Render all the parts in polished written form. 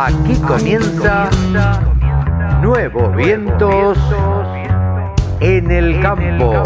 Aquí comienza Nuevos Vientos en el Campo.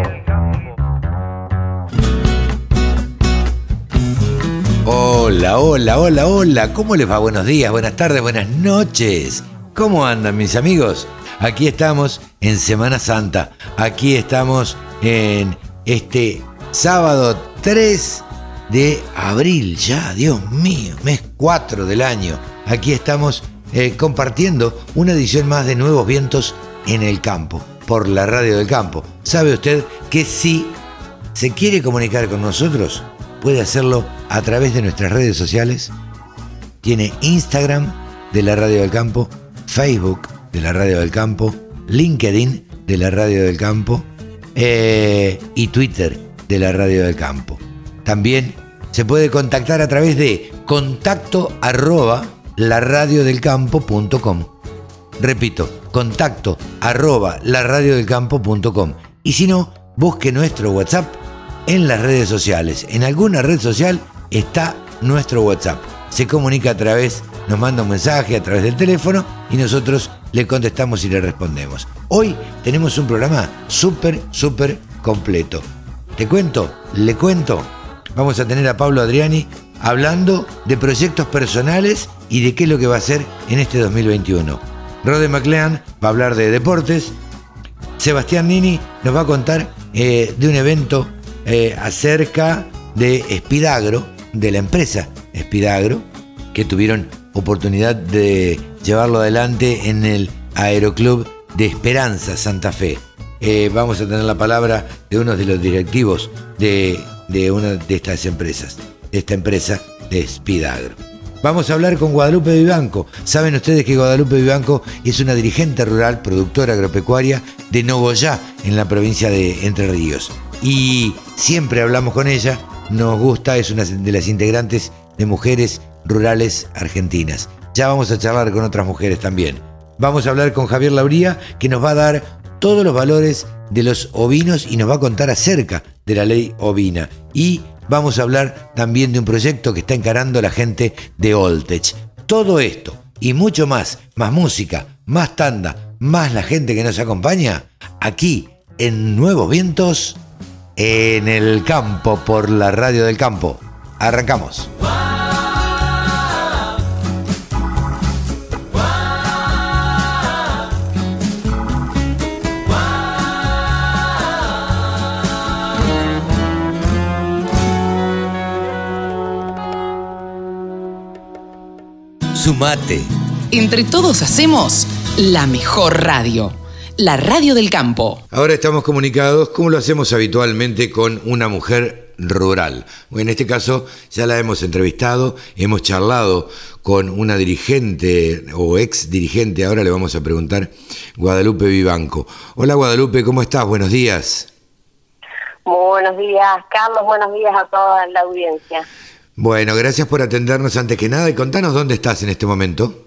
Hola, hola, hola, hola. ¿Cómo les va? Buenos días, buenas tardes, buenas noches. ¿Cómo andan mis amigos? Aquí estamos en Semana Santa. Aquí estamos en este sábado 3 de abril. Ya, Dios mío, mes 4 del año. Aquí estamos compartiendo una edición más de Nuevos Vientos en el Campo, por la Radio del Campo. ¿Sabe usted que si se quiere comunicar con nosotros, puede hacerlo a través de nuestras redes sociales? Tiene Instagram de la Radio del Campo, Facebook de la Radio del Campo, LinkedIn de la Radio del Campo y Twitter de la Radio del Campo. También se puede contactar a través de contacto@laradiodelcampo.com. Repito, contacto@laradiodelcampo.com. Y si no, busque nuestro WhatsApp en las redes sociales. En alguna red social está nuestro WhatsApp. Se comunica a través, nos manda un mensaje a través del teléfono y nosotros le contestamos y le respondemos. Hoy tenemos un programa súper completo. Le cuento. Vamos a tener a Pablo Adriani hablando de proyectos personales y de qué es lo que va a hacer en este 2021. Rode McLean va a hablar de deportes. Sebastián Nini nos va a contar de un evento acerca de Speedagro, de la empresa Speedagro, que tuvieron oportunidad de llevarlo adelante en el Aeroclub de Esperanza, Santa Fe. Vamos a tener la palabra de uno de los directivos de una de estas empresas, de esta empresa de Speedagro. Vamos a hablar con Guadalupe Vivanco. Saben ustedes que Guadalupe Vivanco es una dirigente rural, productora agropecuaria de Nogoyá, en la provincia de Entre Ríos. Y siempre hablamos con ella, nos gusta, es una de las integrantes de Mujeres Rurales Argentinas. Ya vamos a charlar con otras mujeres también. Vamos a hablar con Javier Lauría, que nos va a dar todos los valores de los ovinos y nos va a contar acerca de la ley ovina. Y vamos a hablar también de un proyecto que está encarando la gente de Oltech. Todo esto y mucho más, más música, más tanda, más la gente que nos acompaña, aquí en Nuevos Vientos en el Campo, por la Radio del Campo. Arrancamos. Sumate. Entre todos hacemos la mejor radio, la Radio del Campo. Ahora estamos comunicados, como lo hacemos habitualmente, con una mujer rural. En este caso ya la hemos entrevistado, hemos charlado con una dirigente o ex dirigente, ahora le vamos a preguntar, Guadalupe Vivanco. Hola Guadalupe, ¿cómo estás? Buenos días. Muy buenos días, Carlos, buenos días a toda la audiencia. Bueno, gracias por atendernos antes que nada y contanos dónde estás en este momento.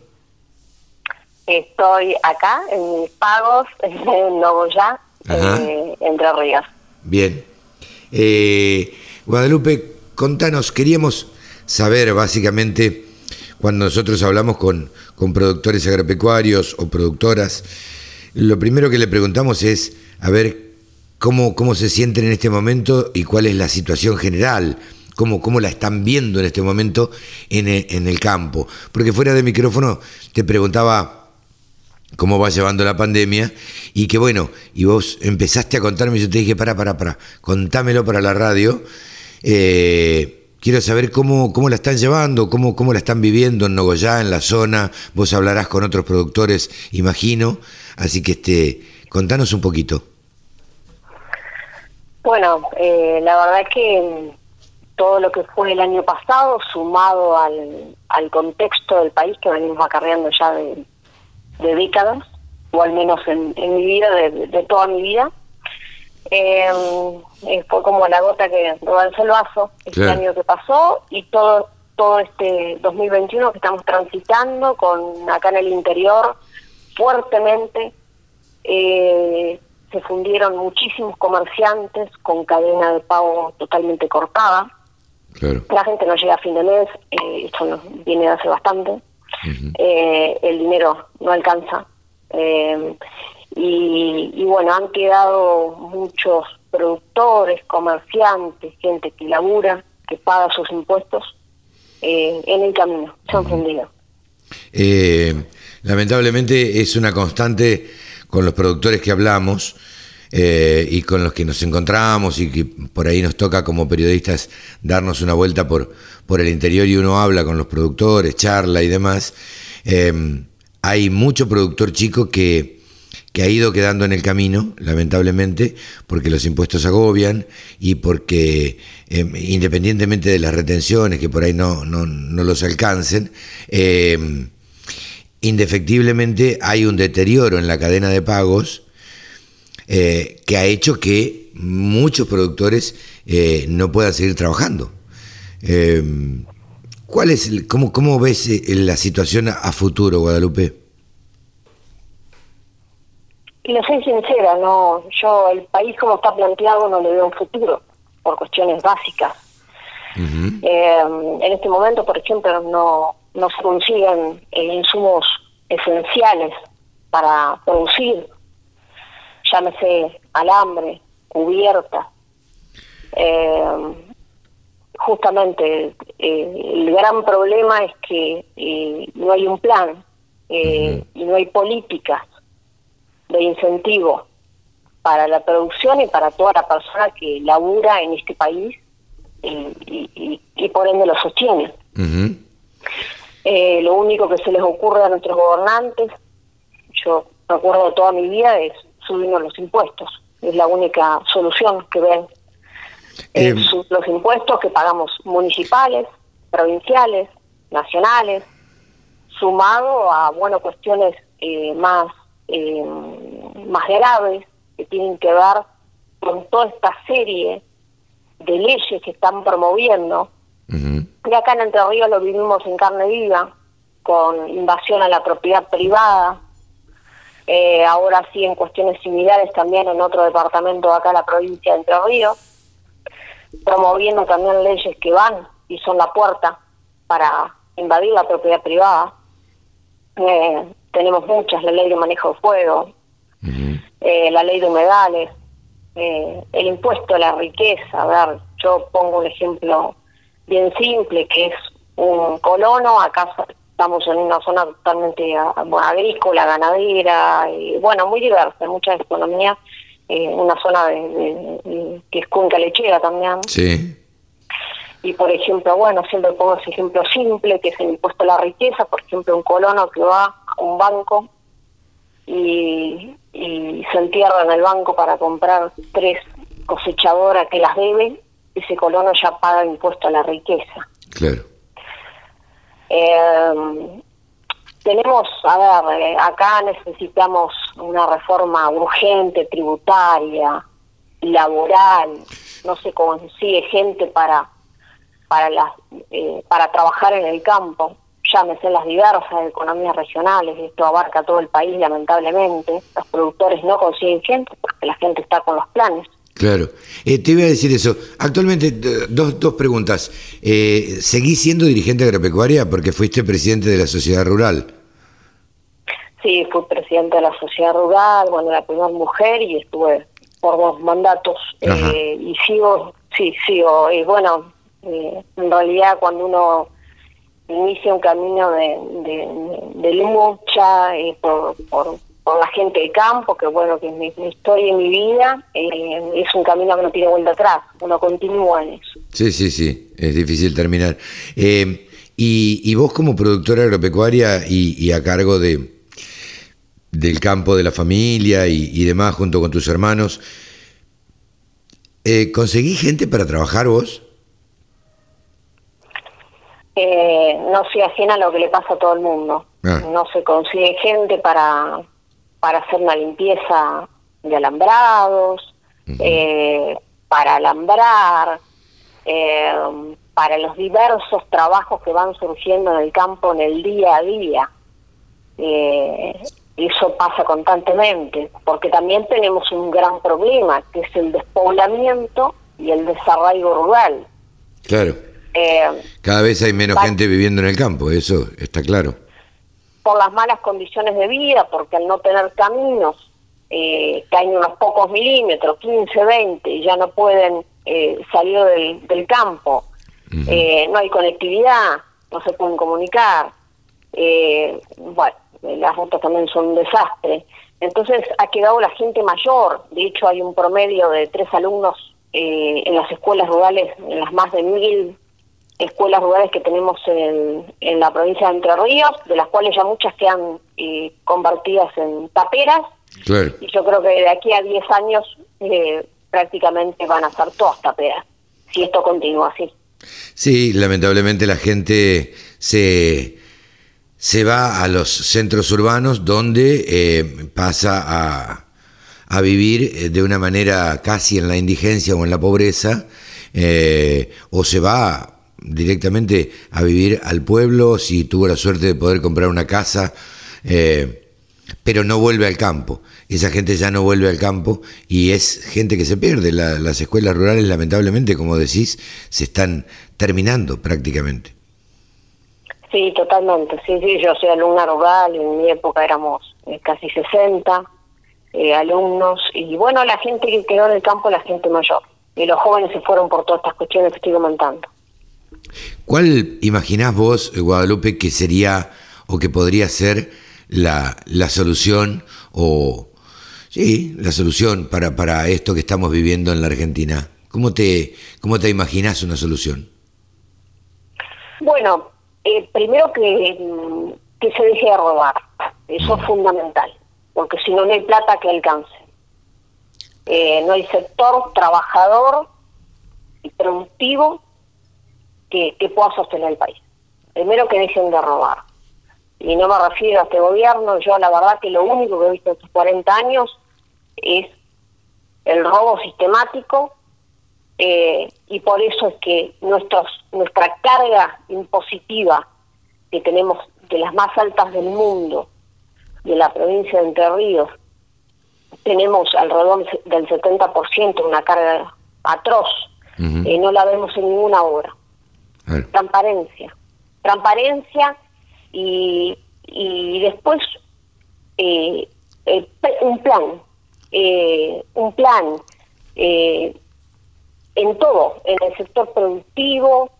Estoy acá en Mis Pagos, en Nogoyá, Entre Ríos. Bien. Guadalupe, contanos, queríamos saber básicamente, cuando nosotros hablamos con productores agropecuarios o productoras, lo primero que le preguntamos es, a ver, cómo se sienten en este momento y cuál es la situación general. ¿Cómo la están viendo en este momento en el campo? Porque fuera de micrófono te preguntaba cómo va llevando la pandemia y que bueno, y vos empezaste a contarme y yo te dije, para, contámelo para la radio. Quiero saber cómo la están llevando, cómo la están viviendo en Nogoyá, en la zona. Vos hablarás con otros productores, imagino. Así que contanos un poquito. Bueno, la verdad es que todo lo que fue el año pasado, sumado al contexto del país que venimos acarreando ya de décadas, o al menos en mi vida, de toda mi vida, fue como la gota que rebalsó el vaso este Claro. año que pasó y todo este 2021 que estamos transitando con acá en el interior fuertemente. Se fundieron muchísimos comerciantes con cadena de pago totalmente cortada. Claro. La gente no llega a fin de mes, esto viene de hace bastante. el dinero no alcanza. Y bueno, han quedado muchos productores, comerciantes, gente que labura, que paga sus impuestos, en el camino, se han fundido. Lamentablemente es una constante con los productores que hablamos y con los que nos encontramos y que por ahí nos toca como periodistas darnos una vuelta por el interior y uno habla con los productores, charla y demás. Hay mucho productor chico que ha ido quedando en el camino, lamentablemente, porque los impuestos agobian y porque, independientemente de las retenciones, que por ahí no los alcancen, indefectiblemente hay un deterioro en la cadena de pagos que ha hecho que muchos productores no puedan seguir trabajando. ¿Cómo ves la situación a futuro, Guadalupe? Y le soy sincera, no, yo el país como está planteado no le veo un futuro, por cuestiones básicas. En este momento, por ejemplo, no se consiguen insumos esenciales para producir, llámese alambre, cubierta. Justamente el gran problema es que no hay un plan y no hay políticas de incentivo para la producción y para toda la persona que labura en este país y por ende lo sostiene. Lo único que se les ocurre a nuestros gobernantes, yo recuerdo toda mi vida, es subirnos los impuestos. Es la única solución que ven. Los impuestos que pagamos municipales, provinciales, nacionales, sumado a cuestiones más graves que tienen que ver con toda esta serie de leyes que están promoviendo. Y acá en Entre Ríos lo vivimos en carne viva, con invasión a la propiedad privada. Ahora sí, en cuestiones similares también en otro departamento de acá, la provincia de Entre Ríos, promoviendo también leyes que van y son la puerta para invadir la propiedad privada. Tenemos muchas, la ley de manejo de fuego, la ley de humedales, el impuesto a la riqueza. A ver, yo pongo un ejemplo bien simple, que es un colono. Acá estamos en una zona totalmente agrícola, ganadera, y muy diversa, mucha economía, una zona que es cuenca lechera también. Sí. Y por ejemplo, siempre pongo ese ejemplo simple, que es el impuesto a la riqueza. Por ejemplo, un colono que va a un banco y se entierra en el banco para comprar 3 cosechadoras que las debe, ese colono ya paga impuesto a la riqueza. Claro. Tenemos, acá necesitamos una reforma urgente, tributaria, laboral. No se consigue gente para trabajar en el campo, llámese en las diversas economías regionales. Esto abarca todo el país, lamentablemente. Los productores no consiguen gente porque la gente está con los planes. Claro. Te iba a decir eso. Actualmente, dos preguntas. ¿Seguís siendo dirigente agropecuaria porque fuiste presidente de la sociedad rural? Sí, fui presidente de la sociedad rural, la primera mujer, y estuve por 2 mandatos. Y sigo. En realidad cuando uno inicia un camino de lucha por la gente de campo, que que es mi historia y mi vida, es un camino que no tiene vuelta atrás, uno continúa en eso. Sí, es difícil terminar. Y vos como productora agropecuaria y a cargo del campo de la familia y demás, junto con tus hermanos, ¿conseguís gente para trabajar vos? No soy ajena a lo que le pasa a todo el mundo. No se consigue gente para hacer una limpieza de alambrados, para alambrar, para los diversos trabajos que van surgiendo en el campo en el día a día. Eso pasa constantemente, porque también tenemos un gran problema, que es el despoblamiento y el desarraigo rural. Claro. Cada vez hay menos gente viviendo en el campo, eso está claro. por las malas condiciones de vida, porque al no tener caminos, caen unos pocos milímetros, 15, 20, y ya no pueden salir del campo. No hay conectividad, no se pueden comunicar. Bueno, las rutas también son un desastre. Entonces ha quedado la gente mayor. De hecho, hay un promedio de 3 alumnos en las escuelas rurales, en las más de 1000 escuelas rurales que tenemos en la provincia de Entre Ríos, de las cuales ya muchas quedan convertidas en taperas. Claro. Y yo creo que de aquí a 10 años prácticamente van a ser todas taperas, si esto continúa así. Sí, lamentablemente la gente se va a los centros urbanos donde pasa a vivir de una manera casi en la indigencia o en la pobreza, o se va directamente a vivir al pueblo si tuvo la suerte de poder comprar una casa, pero no vuelve al campo. Esa gente ya no vuelve al campo y es gente que se pierde. Las escuelas rurales, lamentablemente, como decís, se están terminando prácticamente. Sí, totalmente. Sí, yo soy alumna rural, en mi época éramos casi 60 alumnos, y bueno, la gente que quedó en el campo, la gente mayor, y los jóvenes se fueron por todas estas cuestiones que estoy comentando. ¿Cuál imaginás vos, Guadalupe, que sería o que podría ser la solución, o sí, la solución para esto que estamos viviendo en la Argentina? ¿Cómo te imaginás una solución? Bueno, primero que se deje de robar, eso es fundamental, porque si no, no hay plata que alcance. No hay sector trabajador y productivo que pueda sostener el país. Primero que dejen de robar. Y no me refiero a este gobierno, yo la verdad que lo único que he visto en estos 40 años es el robo sistemático, y por eso es que nuestra carga impositiva, que tenemos de las más altas del mundo, de la provincia de Entre Ríos, tenemos alrededor del 70%, una carga atroz. No la vemos en ninguna obra. Transparencia y después un plan en todo, en el sector productivo,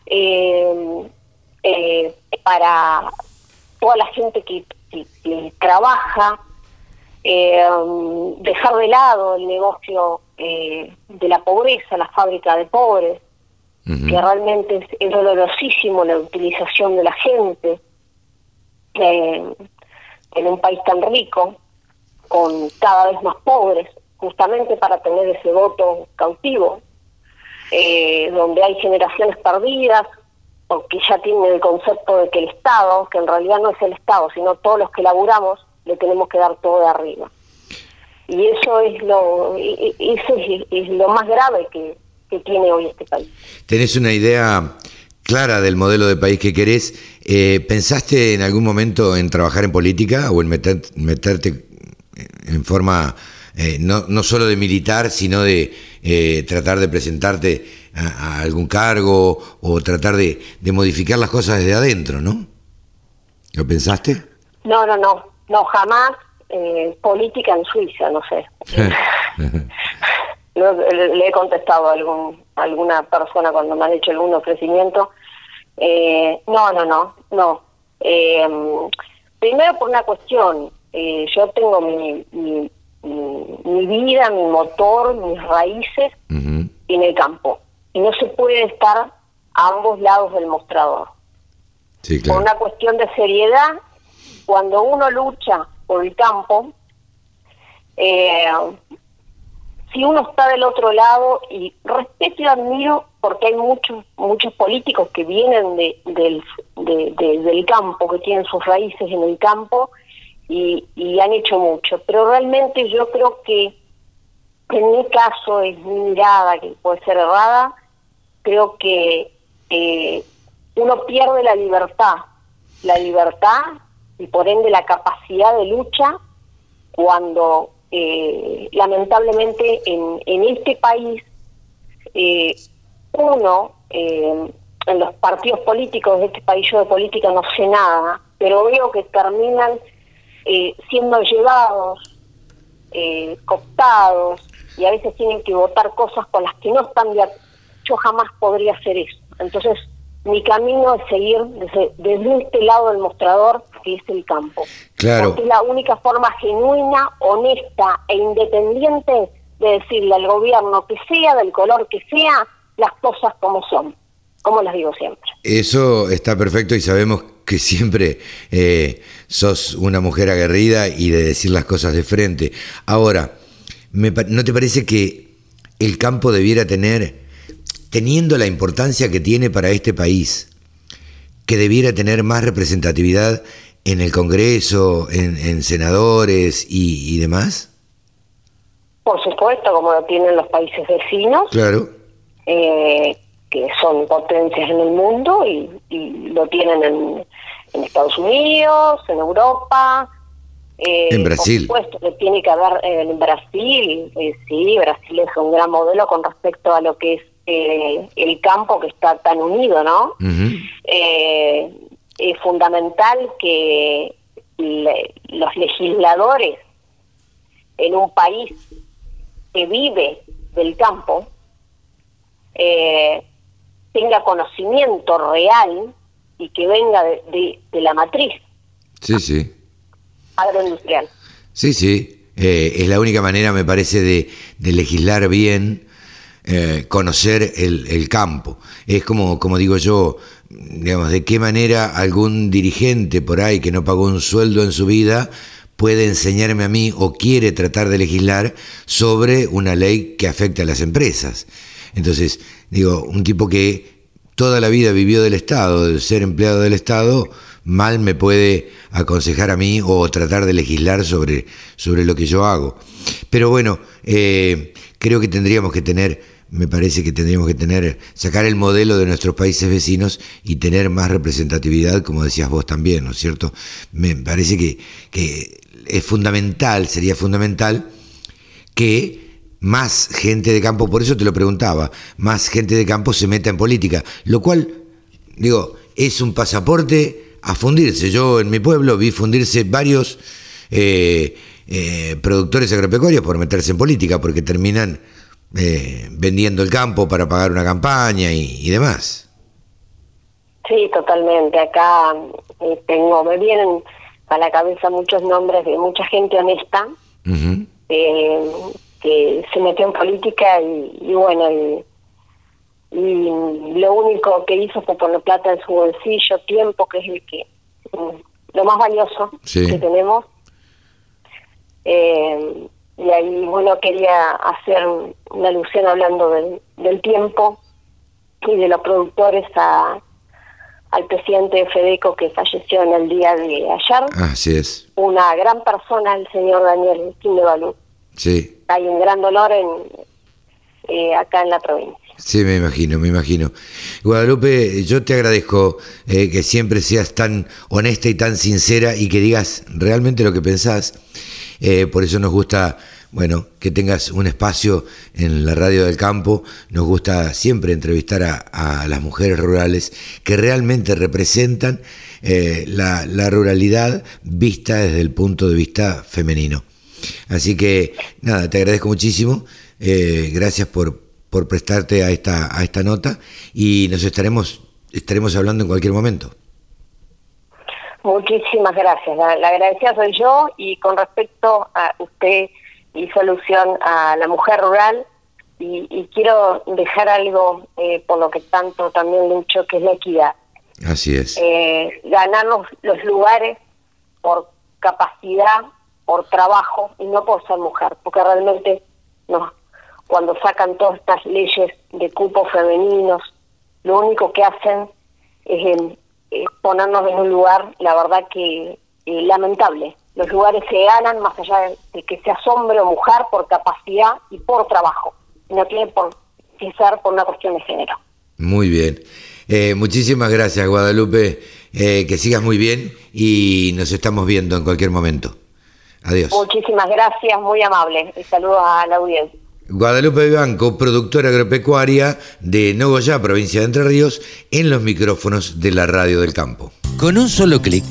para toda la gente que trabaja, dejar de lado el negocio de la pobreza, la fábrica de pobres, que realmente es dolorosísimo la utilización de la gente en un país tan rico, con cada vez más pobres, justamente para tener ese voto cautivo, donde hay generaciones perdidas, porque ya tienen el concepto de que el Estado, que en realidad no es el Estado, sino todos los que laburamos, le tenemos que dar todo de arriba. Y eso es lo más grave que tiene hoy este país. ¿Tenés una idea clara del modelo de país que querés? ¿Pensaste en algún momento en trabajar en política o en meterte en forma no solo de militar, sino de tratar de presentarte a algún cargo o tratar de modificar las cosas desde adentro, ¿no? ¿Lo pensaste? No, jamás. Política en Suiza, no sé. Le he contestado a alguna persona cuando me han hecho algún ofrecimiento. No. Primero por una cuestión, yo tengo mi vida, mi motor, mis raíces en el campo. Y no se puede estar a ambos lados del mostrador. Sí, claro. Por una cuestión de seriedad, cuando uno lucha por el campo, si uno está del otro lado, y respeto y admiro, porque hay muchos políticos que vienen del campo, que tienen sus raíces en el campo y han hecho mucho, pero realmente yo creo que en mi caso, es mi mirada, que puede ser errada, creo que uno pierde la libertad y por ende la capacidad de lucha cuando lamentablemente en este país uno en los partidos políticos de este país, yo de política no sé nada, pero veo que terminan siendo llevados, cooptados, y a veces tienen que votar cosas con las que no están de acuerdo. Yo jamás podría hacer eso. Entonces, mi camino es seguir desde este lado del mostrador, que es el campo. Claro. Porque es la única forma genuina, honesta e independiente de decirle al gobierno que sea, del color que sea, las cosas como son, como las digo siempre. Eso está perfecto y sabemos que siempre sos una mujer aguerrida y de decir las cosas de frente. Ahora, ¿no te parece que el campo debiera tener, teniendo la importancia que tiene para este país, que debiera tener más representatividad en el Congreso, en senadores y demás? Por supuesto, como lo tienen los países vecinos. Claro. Que son potencias en el mundo y lo tienen en Estados Unidos, en Europa. En Brasil. Por supuesto que tiene que haber en Brasil. Sí, Brasil es un gran modelo con respecto a lo que es el campo, que está tan unido, ¿no? Uh-huh. Es fundamental que los legisladores en un país que vive del campo tenga conocimiento real y que venga de la matriz. Sí. Agroindustrial. Sí. Es la única manera, me parece, de legislar bien, conocer el campo. Es como digo yo, digamos, de qué manera algún dirigente por ahí que no pagó un sueldo en su vida puede enseñarme a mí o quiere tratar de legislar sobre una ley que afecta a las empresas. Entonces, digo, un tipo que toda la vida vivió del Estado, de ser empleado del Estado, mal me puede aconsejar a mí o tratar de legislar sobre lo que yo hago. Pero bueno, creo que tendríamos que tener, sacar el modelo de nuestros países vecinos y tener más representatividad, como decías vos también, ¿no es cierto? Me parece que es fundamental, sería fundamental que más gente de campo, por eso te lo preguntaba, más gente de campo se meta en política, lo cual, digo, es un pasaporte a fundirse. Yo en mi pueblo vi fundirse varios productores agropecuarios por meterse en política, porque terminan vendiendo el campo para pagar una campaña y demás. Sí, totalmente. Acá me vienen a la cabeza muchos nombres de mucha gente honesta, uh-huh, que se metió en política y bueno, y lo único que hizo fue poner plata en su bolsillo, tiempo, que es lo más valioso, sí, que tenemos. Y ahí, bueno, quería hacer una alusión hablando del tiempo y de los productores al presidente de FEDECO, que falleció en el día de ayer. Así es. Una gran persona, el señor Daniel Quindevalú. Sí. Hay un gran dolor acá en la provincia. Sí, me imagino. Guadalupe, yo te agradezco que siempre seas tan honesta y tan sincera y que digas realmente lo que pensás. Por eso nos gusta, bueno, que tengas un espacio en la Radio del Campo. Nos gusta siempre entrevistar a las mujeres rurales que realmente representan la ruralidad vista desde el punto de vista femenino. Así que, nada, te agradezco muchísimo. Gracias por prestarte a esta nota y nos estaremos hablando en cualquier momento. Muchísimas gracias. La agradecida soy yo, y con respecto a usted hizo alusión a la mujer rural y quiero dejar algo por lo que tanto también lucho, que es la equidad. Así es. Ganarnos los lugares por capacidad, por trabajo y no por ser mujer, porque realmente cuando sacan todas estas leyes de cupos femeninos, lo único que hacen es ponernos en un lugar, la verdad que lamentable. Los lugares se ganan más allá de que seas hombre o mujer, por capacidad y por trabajo. No tiene que ser por una cuestión de género. Muy bien. Muchísimas gracias, Guadalupe. Que sigas muy bien y nos estamos viendo en cualquier momento. Adiós. Muchísimas gracias, muy amable. Saludos a la audiencia. Guadalupe Vivanco, productora agropecuaria de Nogoyá, provincia de Entre Ríos, en los micrófonos de la Radio del Campo. Con un solo clic,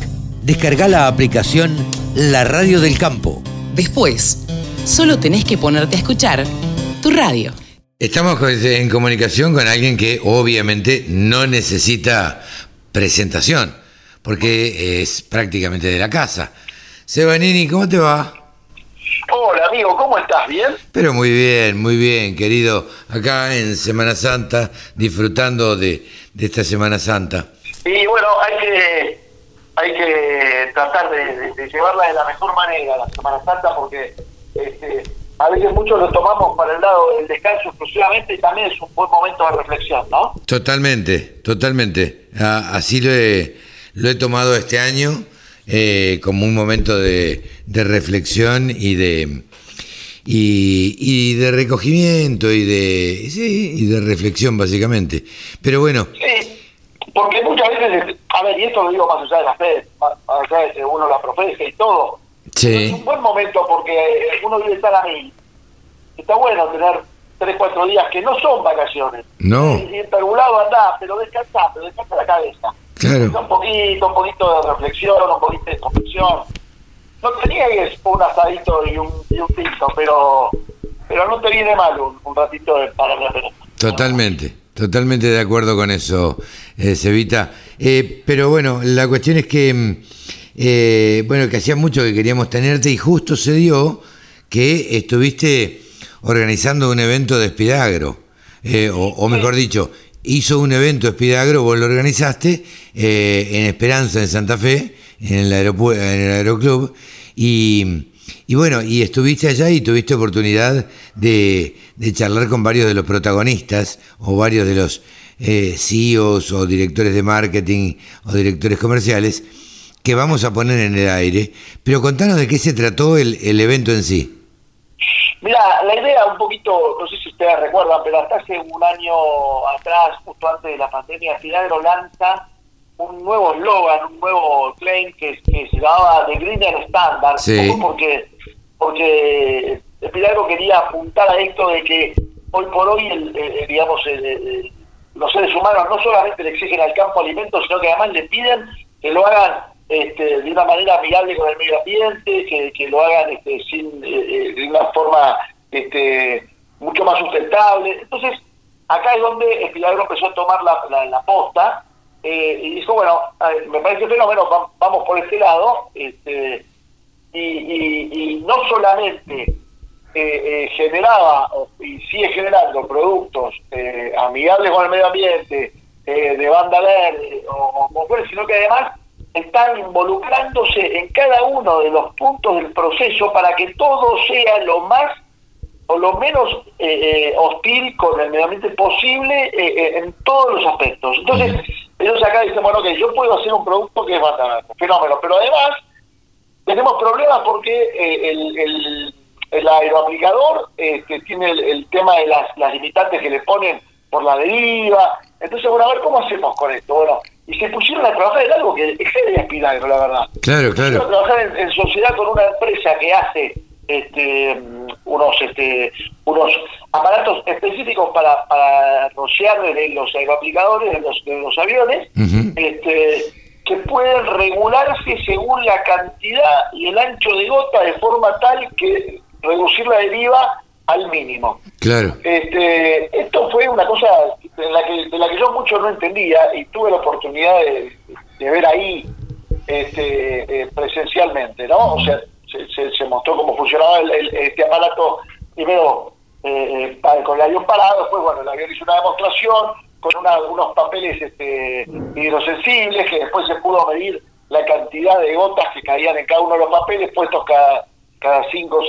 Descarga la aplicación La Radio del Campo. Después, solo tenés que ponerte a escuchar tu radio. Estamos en comunicación con alguien que obviamente no necesita presentación, porque es prácticamente de la casa. Seba Nini, ¿cómo te va? Hola amigo, ¿cómo estás? ¿Bien? Pero muy bien, querido. Acá en Semana Santa, disfrutando de esta Semana Santa. Y bueno, hay que tratar de llevarla de la mejor manera, la Semana Santa, porque a veces muchos lo tomamos para el lado del descanso exclusivamente y también es un buen momento de reflexión, ¿no? Totalmente. Así lo he tomado este año, como un momento de reflexión y de recogimiento y de reflexión, básicamente. Pero bueno. Sí, porque muchas veces, a ver, y esto lo digo más allá de la fe, más allá de que uno la profesa y todo, sí. Es un buen momento porque uno vive tan a mí. Está bueno tener 3-4 días que no son vacaciones. No. Y en algún lado andá, pero descansa la cabeza. Claro. Un poquito de reflexión, un poquito de confesión. No te niegues un asadito y un tinto, pero no te viene mal un ratito para la pelota. Totalmente de acuerdo con eso, Cevita. Pero bueno, la cuestión es que, que hacía mucho que queríamos tenerte y justo se dio que estuviste organizando un evento de Espidagro, o mejor dicho, hizo un evento de Espidagro, vos lo organizaste en Esperanza, en Santa Fe, en el Aeroclub, y bueno, y estuviste allá y tuviste oportunidad de charlar con varios de los protagonistas o varios de los CEOs o directores de marketing o directores comerciales que vamos a poner en el aire. Pero contanos de qué se trató el evento en sí. Mira, la idea un poquito, no sé si ustedes recuerdan, pero hasta hace un año atrás, justo antes de la pandemia, Espidagro lanza un nuevo eslogan, un nuevo claim que se llamaba The Greener Standard, sí. Porque Espidagro quería apuntar a esto de que hoy por hoy, los seres humanos no solamente le exigen al campo alimentos, sino que además le piden que lo hagan de una manera amigable con el medio ambiente, que lo hagan de una forma mucho más sustentable. Entonces, acá es donde Espidagro empezó a tomar la posta, y dijo, bueno, me parece fenómeno, vamos por este lado, y no solamente generaba y sigue generando productos amigables con el medio ambiente, de banda verde o mujeres, sino que además están involucrándose en cada uno de los puntos del proceso para que todo sea lo más o lo menos hostil con el medio ambiente posible en todos los aspectos. Entonces, ellos acá dicen, bueno, que yo puedo hacer un producto que es banda verde, fenómeno, pero además tenemos problemas porque el aeroaplicador tiene el tema de las limitantes que le ponen por la deriva. Entonces, bueno, a ver cómo hacemos con esto. Bueno, y se pusieron a trabajar en algo que excede a Espidagro, la verdad. Claro. Se pusieron a trabajar en sociedad con una empresa que hace unos aparatos específicos para rociar los aeroaplicadores de los aviones, que pueden regularse según la cantidad y el ancho de gota de forma tal que reducir la deriva al mínimo. Claro. Esto fue una cosa de la que yo mucho no entendía y tuve la oportunidad de ver ahí presencialmente, ¿no? O sea, se mostró cómo funcionaba este aparato, primero con el avión parado, después, bueno, el avión hizo una demostración con unos papeles hidrosensibles, que después se pudo medir la cantidad de gotas que caían en cada uno de los papeles, puestos cada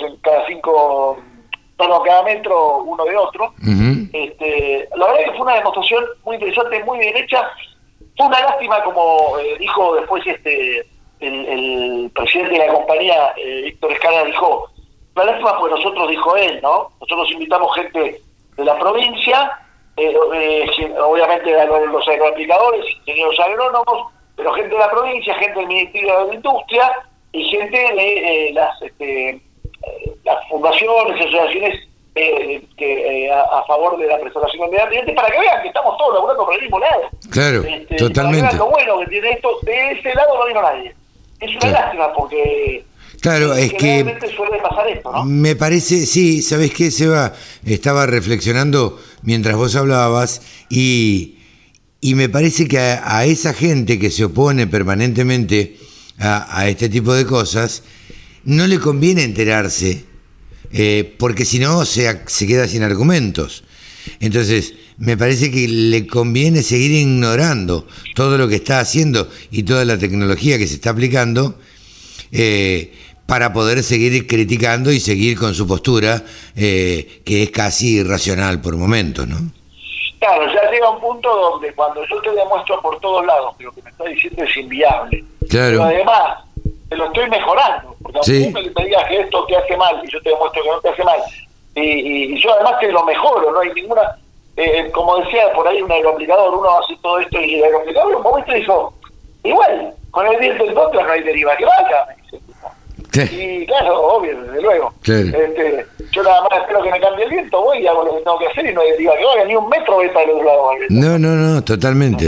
metro uno de otro. La verdad es que fue una demostración muy interesante, muy bien hecha. Fue una lástima, como dijo después el presidente de la compañía, Víctor Escala, dijo, una lástima porque nosotros, dijo él, ¿no? Nosotros invitamos gente de la provincia, obviamente los agroaplicadores, ingenieros agrónomos, pero gente de la provincia, gente del Ministerio de la Industria y gente de las fundaciones, asociaciones a favor de la preservación del medio ambiente, para que vean que estamos todos laburando por el mismo lado. Claro, totalmente. Para que vean lo bueno que tiene esto, de ese lado no vino nadie. es una Claro. lástima porque Claro, es que generalmente suele pasar esto, ¿no? me parece, sí, ¿sabes qué, Seba? Estaba reflexionando mientras vos hablabas y me parece que a esa gente que se opone permanentemente a este tipo de cosas, no le conviene enterarse, porque si no se queda sin argumentos. Entonces, me parece que le conviene seguir ignorando todo lo que está haciendo y toda la tecnología que se está aplicando, para poder seguir criticando y seguir con su postura, que es casi irracional por momentos, ¿no? Claro, ya llega un punto donde cuando yo te demuestro por todos lados que lo que me está diciendo es inviable, Claro. pero además te lo estoy mejorando, porque Sí. aunque tú me digas que esto te hace mal y yo te demuestro que no te hace mal, y yo además te lo mejoro, no hay ninguna, como decía por ahí un aeroaplicador, uno hace todo esto y el aeroaplicador en un momento dijo, igual, con el viento en contra no hay deriva que valga, me dice. Y claro, obvio, desde luego. Claro. Yo nada más espero que me cambie el viento, voy y hago lo que tengo que hacer y no hay deriva que valga, ni un metro voy para el otro lado. No, totalmente.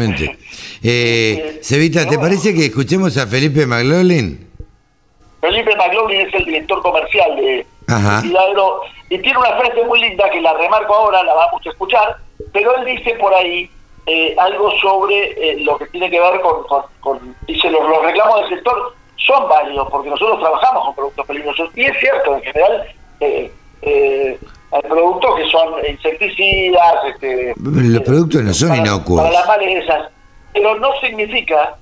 Cevita, ¿te parece que escuchemos a Felipe McLaughlin? Felipe McLaughlin es el director comercial de Ajá. Milagro y tiene una frase muy linda que la remarco ahora, la vamos a escuchar, pero él dice por ahí algo sobre lo que tiene que ver con dice, los reclamos del sector son válidos porque nosotros trabajamos con productos peligrosos y es cierto, en general hay productos que son insecticidas, Los productos no son inocuos. para las malezas, pero no significa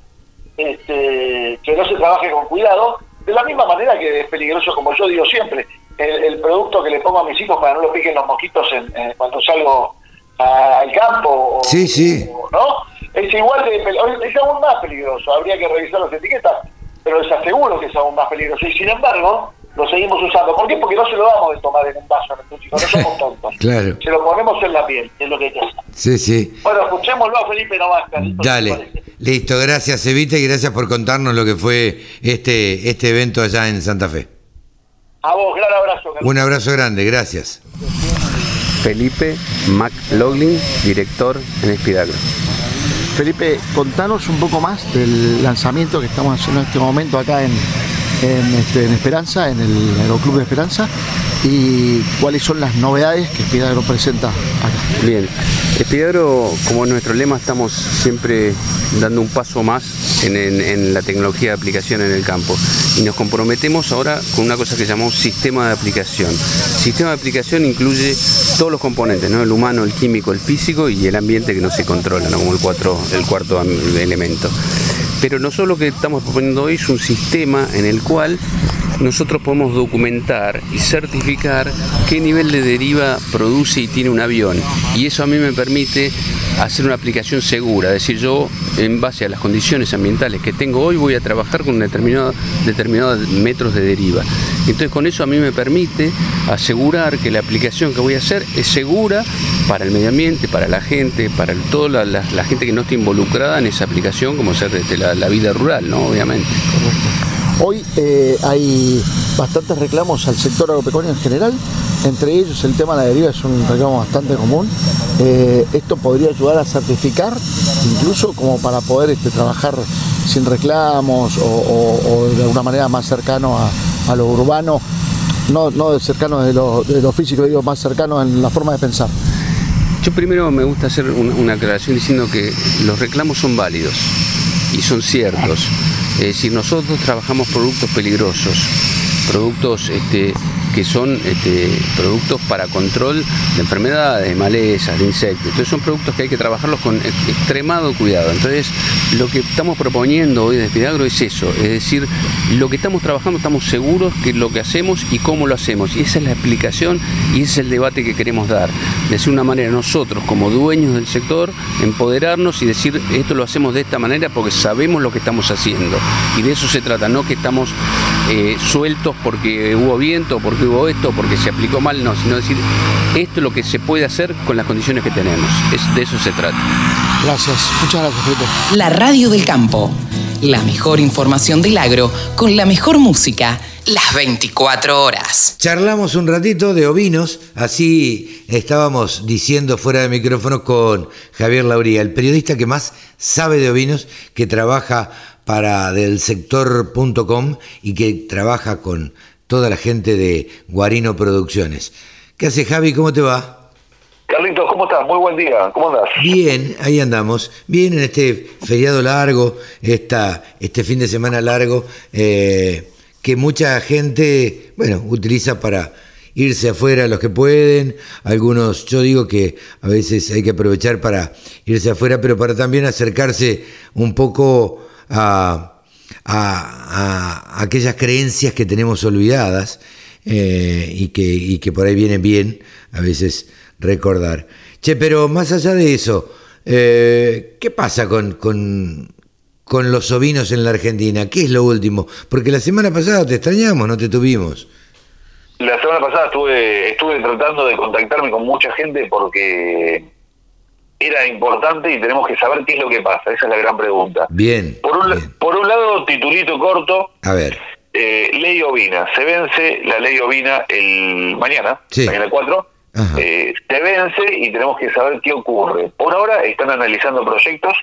que no se trabaje con cuidado, de la misma manera que es peligroso, como yo digo siempre, el producto que le pongo a mis hijos para no lo piquen los mosquitos cuando salgo al campo, Sí. ¿no? Es igual es aún más peligroso, habría que revisar las etiquetas, pero les aseguro que es aún más peligroso, y sin embargo lo seguimos usando. ¿Por qué? Porque no se lo damos de tomar en un vaso a nuestros hijos, no somos tontos. Claro. Se lo ponemos en la piel, que es lo que hay que hacer. Sí. Bueno, escuchémoslo a Felipe nomás, Carlitos. Dale. Listo, gracias, Cevita, y gracias por contarnos lo que fue este evento allá en Santa Fe. A vos, gran abrazo, Carlitos. Un abrazo grande, gracias. Felipe McLaughlin, director en Espidagro. Felipe, contanos un poco más del lanzamiento que estamos haciendo en este momento acá en Esperanza, en el Aeroclub de Esperanza, y cuáles son las novedades que Espidagro presenta acá. Bien, Espidagro, como nuestro lema, estamos siempre dando un paso más en la tecnología de aplicación en el campo, y nos comprometemos ahora con una cosa que llamamos sistema de aplicación. Sistema de aplicación incluye todos los componentes, ¿no? El humano, el químico, el físico y el ambiente que no se controla, ¿no? Como el cuarto elemento. Pero nosotros lo que estamos proponiendo hoy es un sistema en el cual nosotros podemos documentar y certificar qué nivel de deriva produce y tiene un avión, y eso a mí me permite hacer una aplicación segura, es decir, yo en base a las condiciones ambientales que tengo hoy voy a trabajar con determinados metros de deriva. Entonces con eso a mí me permite asegurar que la aplicación que voy a hacer es segura para el medio ambiente, para la gente, para toda la gente que no esté involucrada en esa aplicación, como ser la vida rural, ¿no? Obviamente. Correcto. Hoy hay bastantes reclamos al sector agropecuario en general, entre ellos el tema de la deriva es un reclamo bastante común. Esto podría ayudar a certificar, incluso como para poder trabajar sin reclamos o de alguna manera más cercano a lo urbano, no cercano de lo físico, digo, más cercano en la forma de pensar. Yo primero me gusta hacer una aclaración diciendo que los reclamos son válidos y son ciertos. Es decir, nosotros trabajamos productos peligrosos, productos que son productos para control de enfermedades, de malezas, de insectos. Entonces son productos que hay que trabajarlos con extremado cuidado. Entonces lo que estamos proponiendo hoy de Espidagro es eso, es decir, lo que estamos trabajando estamos seguros que lo que hacemos y cómo lo hacemos. Y esa es la explicación y ese es el debate que queremos dar. De decir una manera nosotros como dueños del sector, empoderarnos y decir esto lo hacemos de esta manera porque sabemos lo que estamos haciendo. Y de eso se trata, no que estamos sueltos porque hubo viento, porque hubo esto, porque se aplicó mal, no, sino decir esto es lo que se puede hacer con las condiciones que tenemos. De eso se trata. Gracias, muchas gracias, Felipe. La Radio del Campo. La mejor información del agro con la mejor música las 24 horas. Charlamos un ratito de ovinos, así estábamos diciendo fuera de micrófono con Javier Lauría, el periodista que más sabe de ovinos, que trabaja para del sector.com y que trabaja con toda la gente de Guarino Producciones. ¿Qué hace, Javi? ¿Cómo te va? Carlitos, ¿cómo estás? Muy buen día. ¿Cómo andás? Bien, ahí andamos. Bien en este feriado largo, este fin de semana largo, que mucha gente, bueno, utiliza para irse afuera los que pueden. Algunos, yo digo que a veces hay que aprovechar para irse afuera, pero para también acercarse un poco a aquellas creencias que tenemos olvidadas, y que por ahí viene bien a veces recordar. Che, pero más allá de eso, ¿qué pasa con los ovinos en la Argentina? ¿Qué es lo último? Porque la semana pasada te extrañamos, no te tuvimos. La semana pasada estuve tratando de contactarme con mucha gente porque era importante y tenemos que saber qué es lo que pasa. Esa es la gran pregunta. Bien. Por un lado, titulito corto. A ver. Ley ovina. Se vence la ley ovina mañana 4. Se vence y tenemos que saber qué ocurre. Por ahora están analizando proyectos.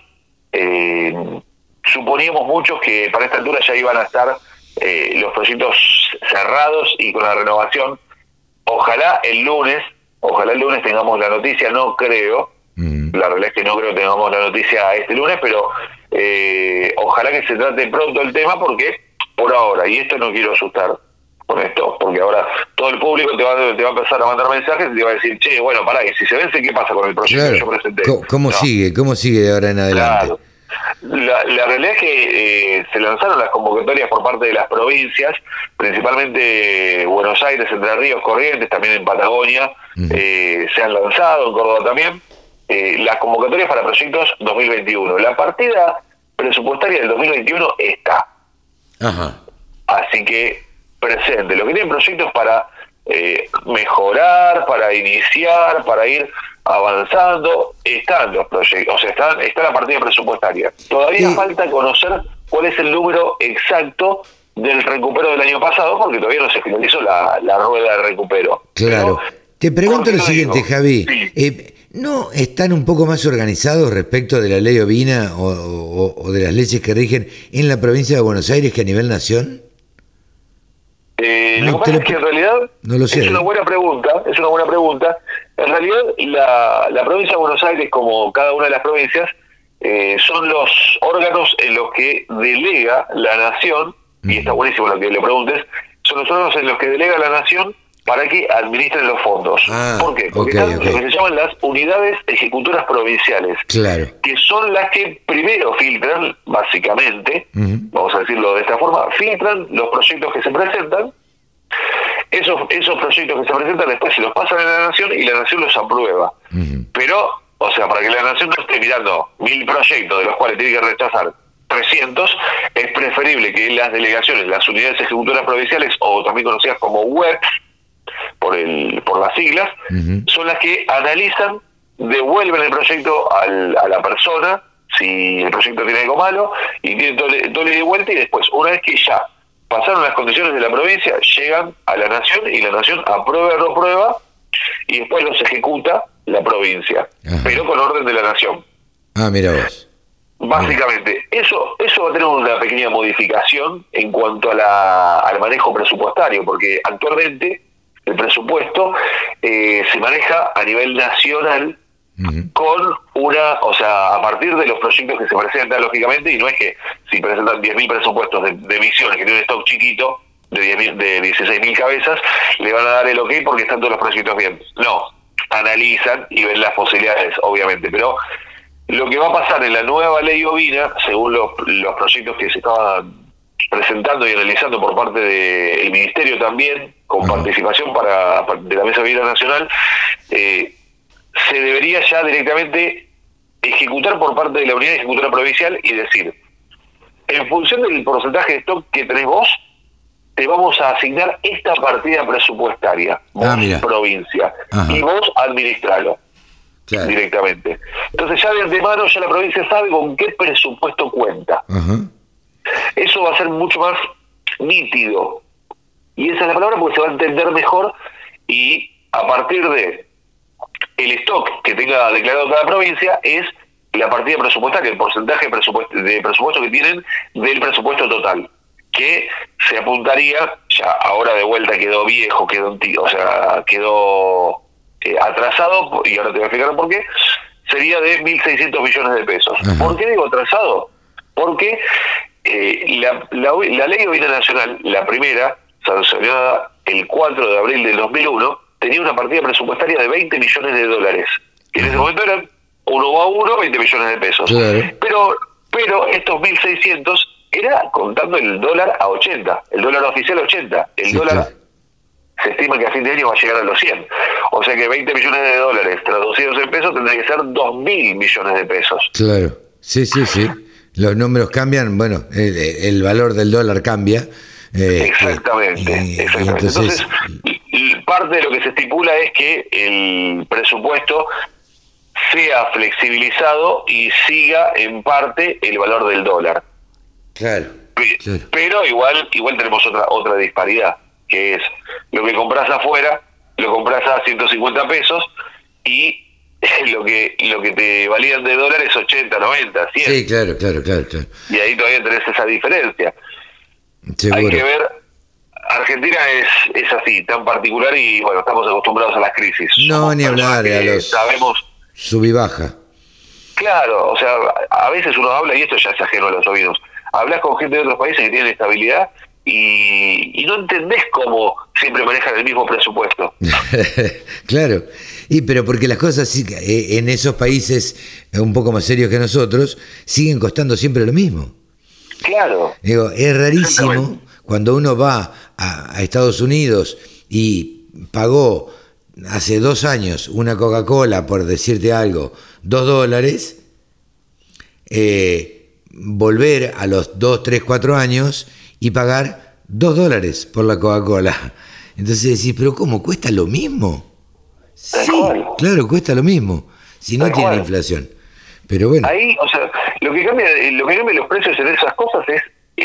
Suponíamos muchos que para esta altura ya iban a estar los proyectos cerrados y con la renovación. Ojalá el lunes tengamos la noticia. No creo, la realidad es que no creo que tengamos la noticia este lunes, pero ojalá que se trate pronto el tema, porque por ahora, y esto no quiero asustar con esto, porque ahora todo el público te va a empezar a mandar mensajes y te va a decir, che, bueno, pará, y si se vence, ¿qué pasa con el proyecto que yo presenté? ¿Cómo sigue de ahora en adelante? Claro. La realidad es que se lanzaron las convocatorias por parte de las provincias, principalmente Buenos Aires, Entre Ríos, Corrientes, también en Patagonia, se han lanzado, en Córdoba también, las convocatorias para proyectos 2021. La partida presupuestaria del 2021 está. Ajá. Así que presente. Los que tienen proyectos para mejorar, para iniciar, para ir avanzando, están los proyectos, o sea, está la partida presupuestaria. Todavía falta conocer cuál es el número exacto del recupero del año pasado, porque todavía no se finalizó la rueda de recupero. Claro. Pero, te pregunto lo siguiente, Javi. Sí. ¿No están un poco más organizados respecto de la ley ovina o de las leyes que rigen en la provincia de Buenos Aires que a nivel nación? Lo que pasa es que en realidad no lo sé. Es una buena pregunta. En realidad la provincia de Buenos Aires, como cada una de las provincias, son los órganos en los que delega la nación, y está buenísimo lo que le preguntes, son los órganos en los que delega la nación para que administren los fondos. ¿Por qué? Porque están lo que se llaman las unidades ejecutoras provinciales, claro, que son las que primero filtran, básicamente, vamos a decirlo de esta forma, filtran los proyectos que se presentan. Esos proyectos que se presentan después se los pasan a la nación y la nación los aprueba. Pero, o sea, para que la nación no esté mirando 1000 proyectos de los cuales tiene que rechazar 300, es preferible que las delegaciones, las unidades ejecutoras provinciales, o también conocidas como UEPs, por las siglas, son las que analizan, devuelven el proyecto a la persona, si el proyecto tiene algo malo, y tiene todo de vuelta, y después, una vez que ya pasaron las condiciones de la provincia, llegan a la nación, y la nación aprueba o no aprueba, y después los ejecuta la provincia, pero con orden de la nación. Mira vos. Básicamente, eso va a tener una pequeña modificación en cuanto al manejo presupuestario, porque actualmente el presupuesto se maneja a nivel nacional con a partir de los proyectos que se presentan, lógicamente, y no es que si presentan 10.000 presupuestos de misiones que tienen un stock chiquito de 16.000 cabezas, le van a dar el ok porque están todos los proyectos bien. No, analizan y ven las posibilidades, obviamente, pero lo que va a pasar en la nueva ley ovina, según los proyectos que se estaban presentando y analizando por parte del Ministerio también, con participación de la Mesa Ovina Nacional, se debería ya directamente ejecutar por parte de la Unidad Ejecutora Provincial y decir, en función del porcentaje de stock que tenés vos, te vamos a asignar esta partida presupuestaria, vos provincia, y vos administralo. Claro. Directamente. Entonces ya de antemano ya la provincia sabe con qué presupuesto cuenta. Eso va a ser mucho más nítido. Y esa es la palabra porque se va a entender mejor, y a partir de el stock que tenga declarado cada provincia es la partida presupuestaria, el porcentaje de presupuesto que tienen del presupuesto total, que se apuntaría, ya ahora de vuelta quedó viejo, quedó atrasado, y ahora te voy a explicar por qué, sería de 1.600 millones de pesos. Ajá. ¿Por qué digo atrasado? Porque la ley de bienes nacional, la primera, sancionada el 4 de abril del 2001, tenía una partida presupuestaria de 20 millones de dólares, que en ese momento eran 1 a 1, 20 millones de pesos. Claro. Pero estos 1.600 era contando el dólar a 80, el dólar oficial a 80, el dólar... Claro. Se estima que a fin de año va a llegar a los 100. O sea que 20 millones de dólares traducidos en pesos tendría que ser 2.000 millones de pesos. Claro, sí. Los números cambian, bueno, el valor del dólar cambia. Exactamente. Entonces, y parte de lo que se estipula es que el presupuesto sea flexibilizado y siga en parte el valor del dólar. Claro. Pero igual tenemos otra disparidad, que es lo que compras afuera, lo compras a 150 pesos y lo que te valían de dólares 80, 90, 100. Sí, claro. Y ahí todavía tenés esa diferencia. Seguro. Hay que ver, Argentina es así, tan particular, y bueno, estamos acostumbrados a las crisis. No, Somos ni hablar, personas a que los sabemos. sub y baja. Claro, o sea, a veces uno habla, y esto ya es ajeno a los oídos, hablas con gente de otros países que tienen estabilidad y no entendés cómo siempre manejan el mismo presupuesto. Claro, pero porque las cosas en esos países un poco más serios que nosotros siguen costando siempre lo mismo. Claro. Digo, es rarísimo cuando uno va a Estados Unidos y pagó hace 2 años una Coca-Cola, por decirte algo, $2, volver a los 2, 3, 4 años y pagar $2 por la Coca-Cola. Entonces decís, ¿pero cómo? ¿Cuesta lo mismo? Sí, claro, cuesta lo mismo, si no tiene inflación. Pero bueno. Ahí, o sea, lo que cambia los precios en esas cosas es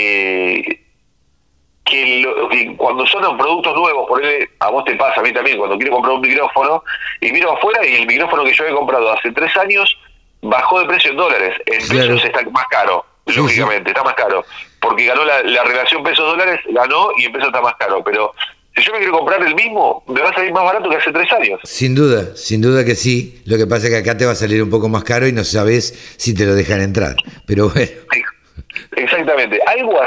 que cuando son productos nuevos, por ejemplo, a vos te pasa, a mí también, cuando quiero comprar un micrófono y miro afuera y el micrófono que yo he comprado hace 3 años bajó de precio en dólares, en pesos está más caro, lógicamente, está más caro, porque ganó la relación pesos-dólares, ganó y en pesos está más caro, pero si yo me quiero comprar el mismo, me va a salir más barato que hace 3 años. Sin duda que sí. Lo que pasa es que acá te va a salir un poco más caro y no sabes si te lo dejan entrar. Pero bueno. Exactamente. Algo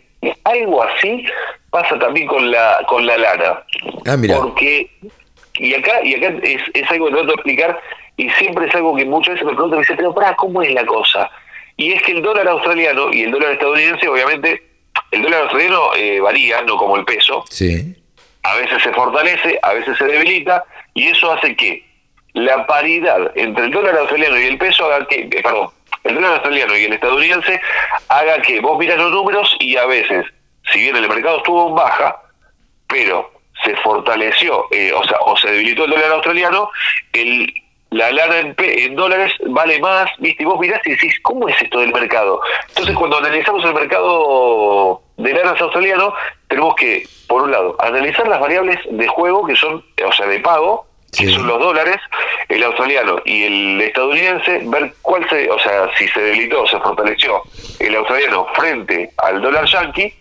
así pasa también con la lana. Ah, mira. Porque, y acá es algo que trato de explicar, y siempre es algo que muchas veces me preguntan, me dicen, pero pará, ¿cómo es la cosa? Y es que el dólar australiano y el dólar estadounidense, obviamente, el dólar australiano varía, no como el peso. Sí. A veces se fortalece, a veces se debilita, y eso hace que la paridad entre el dólar australiano y el peso haga que, el dólar australiano y el estadounidense haga que vos mirás los números y a veces, si bien el mercado estuvo en baja, pero se fortaleció, o se debilitó el dólar australiano, la lana en dólares vale más, ¿viste? Y vos mirás y decís, ¿cómo es esto del mercado? Entonces, cuando analizamos el mercado de lanas australiano, tenemos que, por un lado, analizar las variables de juego que son, de pago, que son los dólares, el australiano y el estadounidense, ver si se debilitó o se fortaleció el australiano frente al dólar yanqui,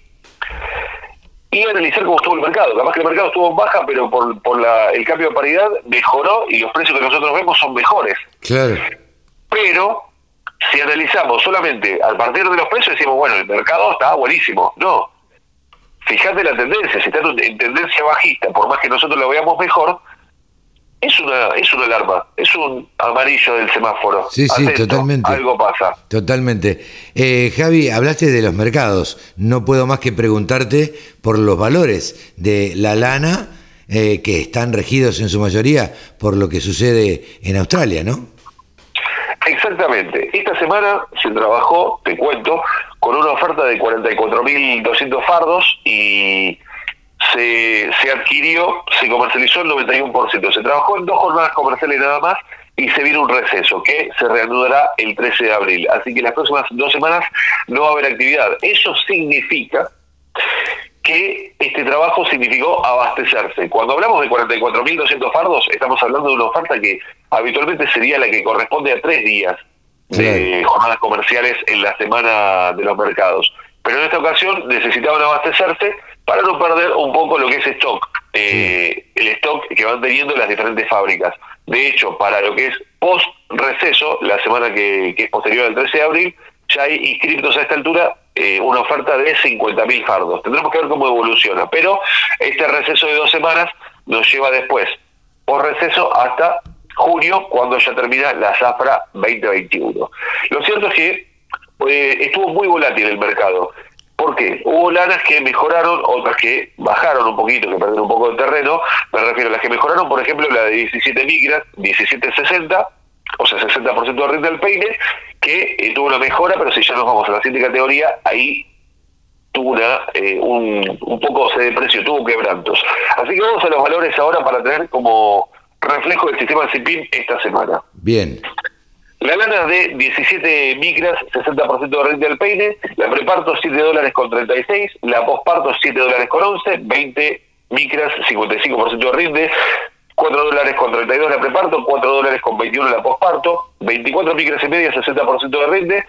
y analizar cómo estuvo el mercado. Capaz que el mercado estuvo en baja, pero por el cambio de paridad mejoró y los precios que nosotros vemos son mejores. Claro. Pero si analizamos solamente a partir de los precios, decimos, bueno, el mercado está buenísimo. No. Fíjate la tendencia, si está en tendencia bajista, por más que nosotros lo veamos mejor, es una alarma, es un amarillo del semáforo. Sí, atento, totalmente. Algo pasa. Totalmente. Javi, hablaste de los mercados. No puedo más que preguntarte por los valores de la lana, que están regidos en su mayoría por lo que sucede en Australia, ¿no? Exactamente. Esta semana se trabajó, te cuento, con una oferta de 44.200 fardos y se comercializó el 91%. Se trabajó en 2 jornadas comerciales nada más y se viene un receso que se reanudará el 13 de abril. Así que las próximas 2 semanas no va a haber actividad. Eso significa que este trabajo significó abastecerse. Cuando hablamos de 44.200 fardos, estamos hablando de una oferta que habitualmente sería la que corresponde a 3 días. de jornadas comerciales en la semana de los mercados. Pero en esta ocasión necesitaban abastecerse para no perder un poco lo que es stock, el stock que van teniendo las diferentes fábricas. De hecho, para lo que es post-receso, la semana que es posterior al 13 de abril, ya hay inscriptos a esta altura una oferta de 50.000 fardos. Tendremos que ver cómo evoluciona, pero este receso de 2 semanas nos lleva después, post-receso, hasta junio, cuando ya termina la zafra 2021. Lo cierto es que estuvo muy volátil el mercado. ¿Por qué? Hubo lanas que mejoraron, otras que bajaron un poquito, que perdieron un poco de terreno. Me refiero a las que mejoraron, por ejemplo, la de 17 micras, 17.60, o sea, 60% de rinde del peine, que tuvo una mejora, pero si ya nos vamos a la siguiente categoría, ahí tuvo un poco se depreció, tuvo quebrantos. Así que vamos a los valores ahora para tener como reflejo del sistema CIPIM esta semana. Bien. La lana de 17 micras, 60% de rinde del peine, la preparto $7.36, la posparto $7.11, 20 micras, 55% de rinde, $4.32 la preparto, $4.21 la posparto, 24 micras y media, 60% de rinde,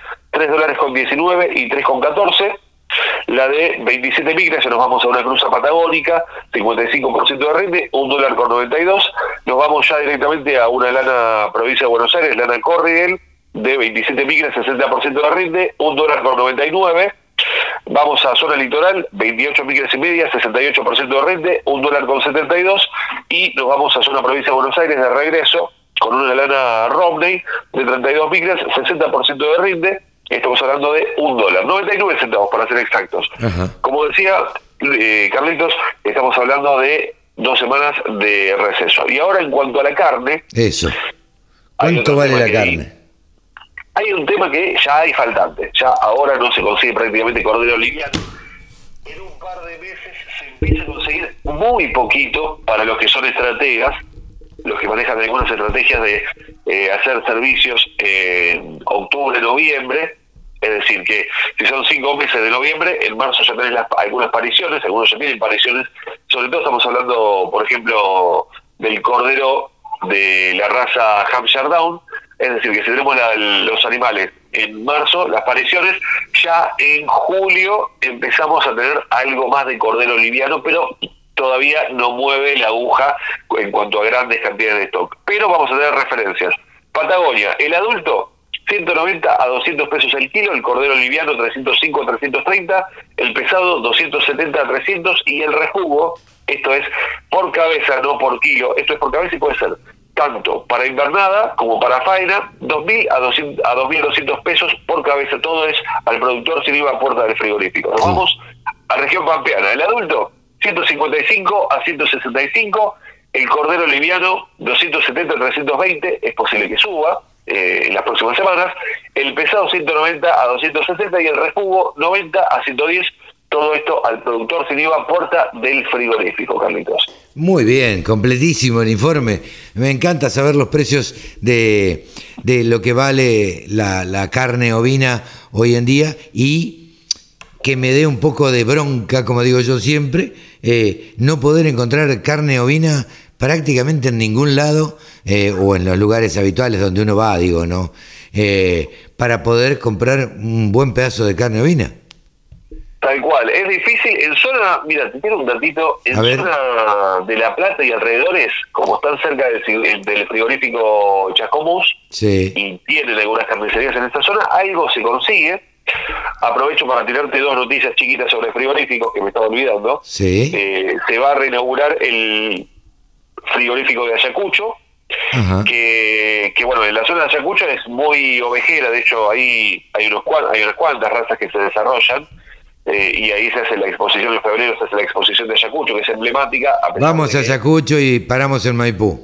$3.19 y 3.14. La de 27 micras, ya nos vamos a una cruza patagónica, 55% de rinde, $1.92. Nos vamos ya directamente a una lana provincia de Buenos Aires, lana Corriel, de 27 micras, 60% de rinde, $1.99. Vamos a zona litoral, 28 micras y media, 68% de rinde, $1.72. Y nos vamos a zona provincia de Buenos Aires de regreso, con una lana Romney de 32 micras, 60% de rinde. Estamos hablando de $1, 99 centavos para ser exactos. Ajá. Como decía Carlitos, estamos hablando de 2 semanas de receso. Y ahora en cuanto a la carne... Eso. ¿Cuánto vale la carne? Hay un tema que ya hay faltante. Ya ahora no se consigue prácticamente cordero liviano. En un par de meses se empieza a conseguir muy poquito para los que son estrategas, los que manejan algunas estrategias de hacer servicios en octubre, noviembre. Es decir, que si son 5 meses de noviembre, en marzo ya tenés algunas pariciones, algunos ya tienen pariciones. Sobre todo estamos hablando, por ejemplo, del cordero de la raza Hampshire Down. Es decir, que si tenemos los animales en marzo, las pariciones, ya en julio empezamos a tener algo más de cordero liviano, pero todavía no mueve la aguja en cuanto a grandes cantidades de stock. Pero vamos a tener referencias. Patagonia, el adulto, 190 a 200 pesos el kilo, el cordero liviano 305 a 330, el pesado 270 a 300 y el rejugo, esto es por cabeza, no por kilo, esto es por cabeza y puede ser tanto para invernada como para faena, 2.000 a 2.200 pesos por cabeza, todo es al productor sin IVA a puerta del frigorífico. Nos vamos a región pampeana, el adulto 155 a 165, el cordero liviano 270 a 320, es posible que suba en las próximas semanas, el pesado 190 a 260 y el rejugo 90 a 110, todo esto al productor sin IVA puerta del frigorífico, Carlitos. Muy bien, completísimo el informe. Me encanta saber los precios de lo que vale la carne ovina hoy en día y que me dé un poco de bronca, como digo yo siempre, no poder encontrar carne ovina prácticamente en ningún lado, o en los lugares habituales donde uno va, digo, ¿no? Para poder comprar un buen pedazo de carne ovina. Tal cual, es difícil. En zona, mira, te quiero un datito, en zona de La Plata y alrededores, como están cerca del frigorífico Chascomús, sí, y tienen algunas carnicerías en esta zona, algo se consigue. Aprovecho para tirarte 2 noticias chiquitas sobre frigoríficos que me estaba olvidando. Sí. Se va a reinaugurar el frigorífico de Ayacucho, que bueno, en la zona de Ayacucho es muy ovejera, de hecho ahí hay unas cuantas razas que se desarrollan, y ahí se hace la exposición en febrero, se hace la exposición de Ayacucho, que es emblemática. Vamos a Ayacucho y paramos en Maipú.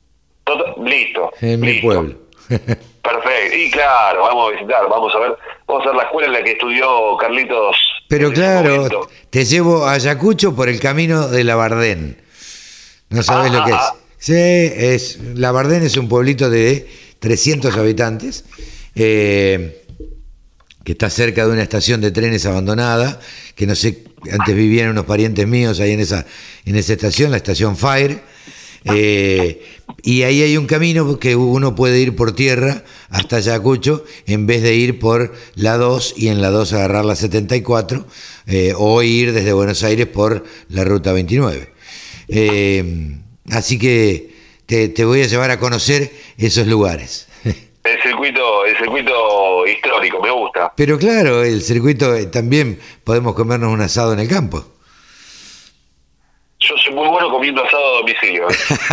Listo. En mi pueblo. Perfecto, y claro, vamos a visitar, vamos a ver la escuela en la que estudió Carlitos. Pero claro, te llevo a Ayacucho por el camino de Labardén. No sabes lo que es. Sí, Labardén es un pueblito de 300 habitantes, que está cerca de una estación de trenes abandonada, que no sé, antes vivían unos parientes míos ahí en esa estación, la estación Fire. Y ahí hay un camino que uno puede ir por tierra hasta Ayacucho en vez de ir por la 2 y en la 2 agarrar la 74 o ir desde Buenos Aires por la ruta 29. Así que te voy a llevar a conocer esos lugares. El circuito histórico, me gusta. Pero claro, el circuito también podemos comernos un asado en el campo. Yo soy muy bueno comiendo asado a domicilio.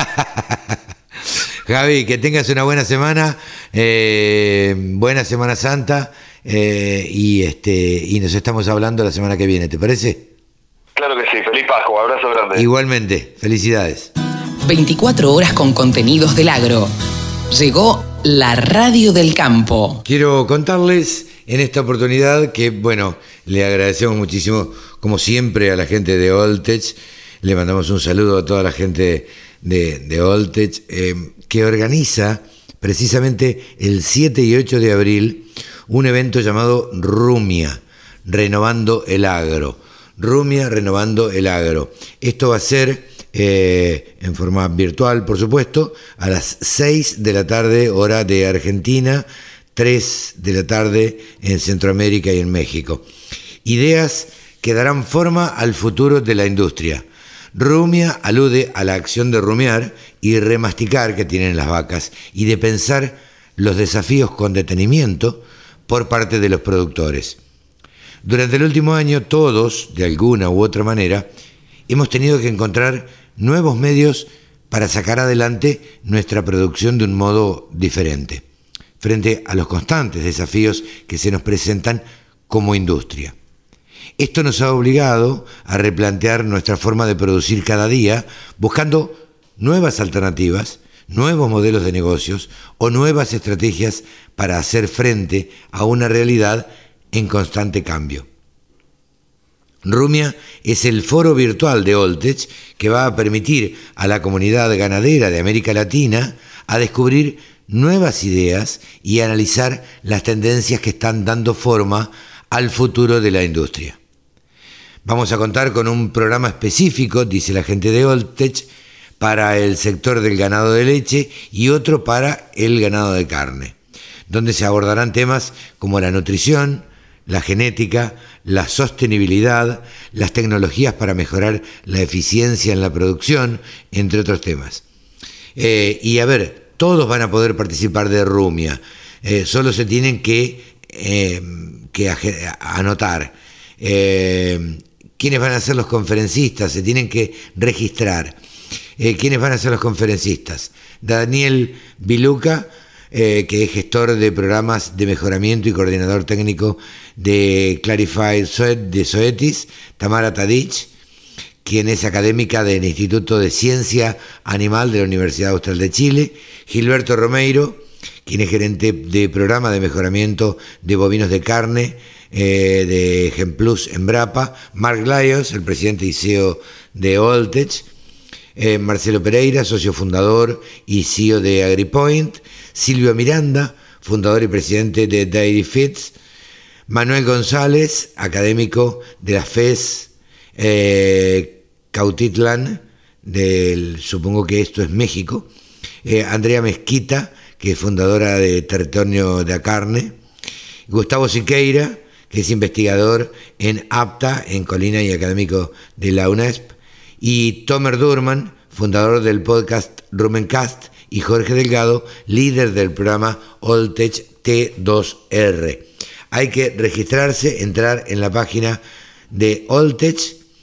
Javi, que tengas una buena semana, buena Semana Santa, y nos estamos hablando la semana que viene, ¿te parece? Claro que sí, feliz Pascua, abrazo grande. Igualmente, felicidades. 24 horas con contenidos del agro. Llegó la radio del campo. Quiero contarles en esta oportunidad que, bueno, le agradecemos muchísimo, como siempre, a la gente de Oltech. Le mandamos un saludo a toda la gente de Oltech, que organiza precisamente el 7 y 8 de abril un evento llamado Rumia, Renovando el Agro. Rumia, Renovando el Agro. Esto va a ser en forma virtual, por supuesto, a las 6 de la tarde, hora de Argentina, 3 de la tarde en Centroamérica y en México. Ideas que darán forma al futuro de la industria. Rumia alude a la acción de rumiar y remasticar que tienen las vacas y de pensar los desafíos con detenimiento por parte de los productores. Durante el último año todos, de alguna u otra manera, hemos tenido que encontrar nuevos medios para sacar adelante nuestra producción de un modo diferente, frente a los constantes desafíos que se nos presentan como industria. Esto nos ha obligado a replantear nuestra forma de producir cada día, buscando nuevas alternativas, nuevos modelos de negocios o nuevas estrategias para hacer frente a una realidad en constante cambio. Rumia es el foro virtual de Oltech que va a permitir a la comunidad ganadera de América Latina a descubrir nuevas ideas y analizar las tendencias que están dando forma al futuro de la industria. Vamos a contar con un programa específico, dice la gente de Oltech, para el sector del ganado de leche y otro para el ganado de carne, donde se abordarán temas como la nutrición, la genética, la sostenibilidad, las tecnologías para mejorar la eficiencia en la producción, entre otros temas. Y a ver, todos van a poder participar de Rumia, solo se tienen que anotar. ¿Quiénes van a ser los conferencistas? Se tienen que registrar. ¿Quiénes van a ser los conferencistas? Daniel Viluca, que es gestor de programas de mejoramiento y coordinador técnico de Clarified de Zoetis. Tamara Tadich, quien es académica del Instituto de Ciencia Animal de la Universidad Austral de Chile. Gilberto Romeiro, quien es gerente de programa de mejoramiento de bovinos de carne de Gemplus Embrapa. Mark Lyons, el presidente y CEO de Oltech. Marcelo Pereira, socio fundador y CEO de AgriPoint. Silvio Miranda, fundador y presidente de Dairy Fits. Manuel González, académico de la FES Cautitlán, supongo que esto es México. Andrea Mezquita, que es fundadora de Territorio de la Carne. Gustavo Siqueira, que es investigador en APTA, en Colina, y académico de la UNESP. Y Tomer Durman, fundador del podcast Rumencast, y Jorge Delgado, líder del programa Oltech T2R. Hay que registrarse, entrar en la página de Oltech,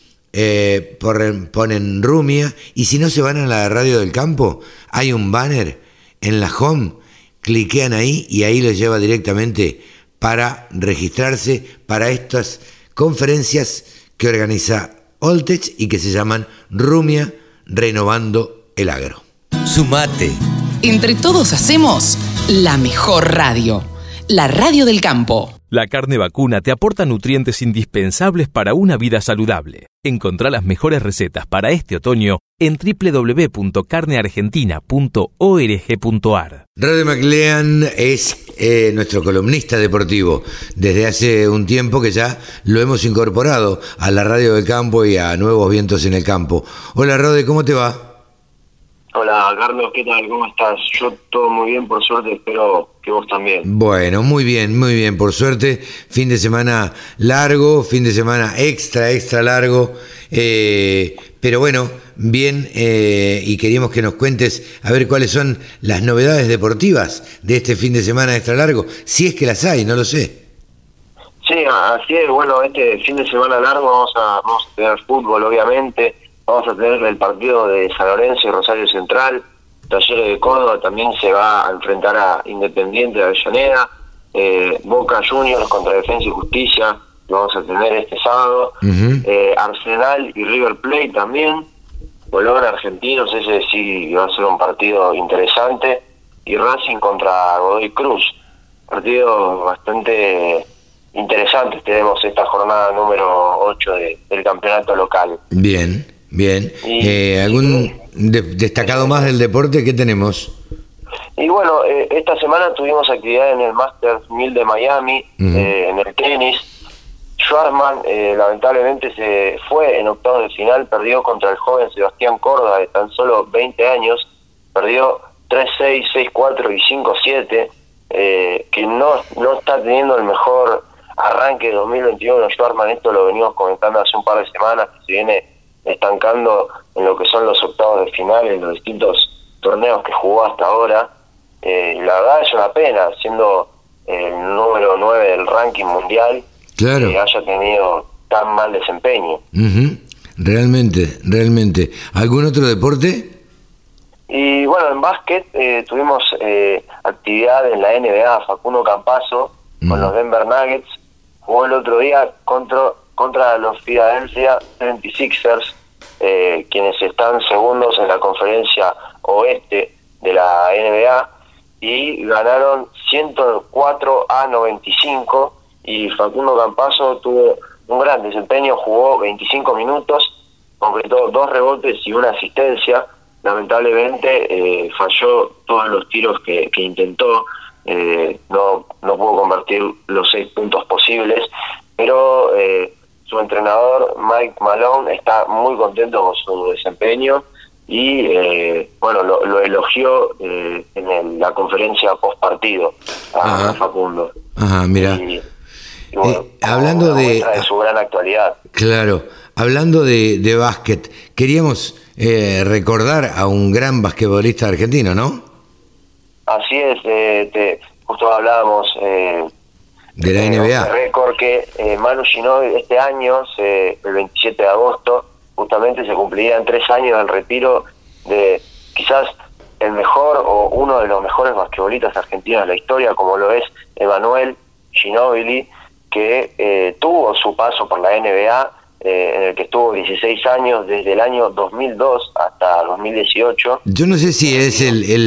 ponen Rumia, y si no se van a la radio del campo, hay un banner en la home, cliquean ahí y ahí los lleva directamente para registrarse para estas conferencias que organiza Oltech y que se llaman Rumia, Renovando el Agro. Sumate. Entre todos hacemos la mejor radio, la radio del campo. La carne vacuna te aporta nutrientes indispensables para una vida saludable. Encontrá las mejores recetas para este otoño en www.carneargentina.org.ar. Radio McLean es nuestro columnista deportivo. Desde hace un tiempo que ya lo hemos incorporado a la radio del campo y a Nuevos Vientos en el Campo. Hola Rode, ¿cómo te va? Hola Carlos, ¿qué tal? ¿Cómo estás? Yo todo muy bien, por suerte, espero que vos también. Bueno, muy bien, por suerte. Fin de semana largo, fin de semana extra largo, pero bueno, bien, y queríamos que nos cuentes a ver cuáles son las novedades deportivas de este fin de semana extra largo, si es que las hay, no lo sé. Sí, así es. Bueno, este fin de semana largo vamos a tener fútbol, obviamente. Vamos a tener el partido de San Lorenzo y Rosario Central. Talleres de Córdoba también se va a enfrentar a Independiente de Avellaneda. Boca Juniors contra Defensa y Justicia lo vamos a tener este sábado. Arsenal y River Plate también. Colón Argentinos, ese sí va a ser un partido interesante. Y Racing contra Godoy Cruz. Partido bastante interesante tenemos esta jornada número 8 del campeonato local. Bien. ¿Algún destacado más del deporte? ¿Qué tenemos? Y bueno, esta semana tuvimos actividad en el Masters 1000 de Miami, en el tenis. Schwartzman lamentablemente se fue en octavos de final, perdió contra el joven Sebastián Corda de tan solo 20 años, perdió 3-6, 6-4 y 5-7, que no está teniendo el mejor arranque de 2021. Schwartzman, esto lo venimos comentando hace un par de semanas, que se viene estancando en lo que son los octavos de final en los distintos torneos que jugó hasta ahora. La verdad es una pena, siendo el número 9 del ranking mundial, claro, que haya tenido tan mal desempeño. Realmente. ¿Algún otro deporte? Y bueno, en básquet tuvimos actividad en la NBA. Facundo Campazzo con los Denver Nuggets jugó el otro día contra los Philadelphia 76ers, quienes están segundos en la conferencia oeste de la NBA, y ganaron 104-95, y Facundo Campazzo tuvo un gran desempeño, jugó 25 minutos, concretó 2 rebotes y 1 asistencia. Lamentablemente falló todos los tiros que intentó, no pudo convertir los 6 puntos posibles, pero su entrenador Mike Malone está muy contento con su desempeño y lo elogió en la conferencia post partido a Facundo. Mira, hablando de su gran actualidad. Claro, hablando de básquet, queríamos recordar a un gran basquetbolista argentino, ¿no? Así es, justo hablábamos de la NBA. Récord que Manu Ginóbili este año, el 27 de agosto, justamente se cumplirían 3 años del retiro de quizás el mejor o uno de los mejores basquetbolistas argentinos de la historia, como lo es Emanuel Ginóbili, que tuvo su paso por la NBA, en el que estuvo 16 años, desde el año 2002 hasta 2018. Yo no sé si es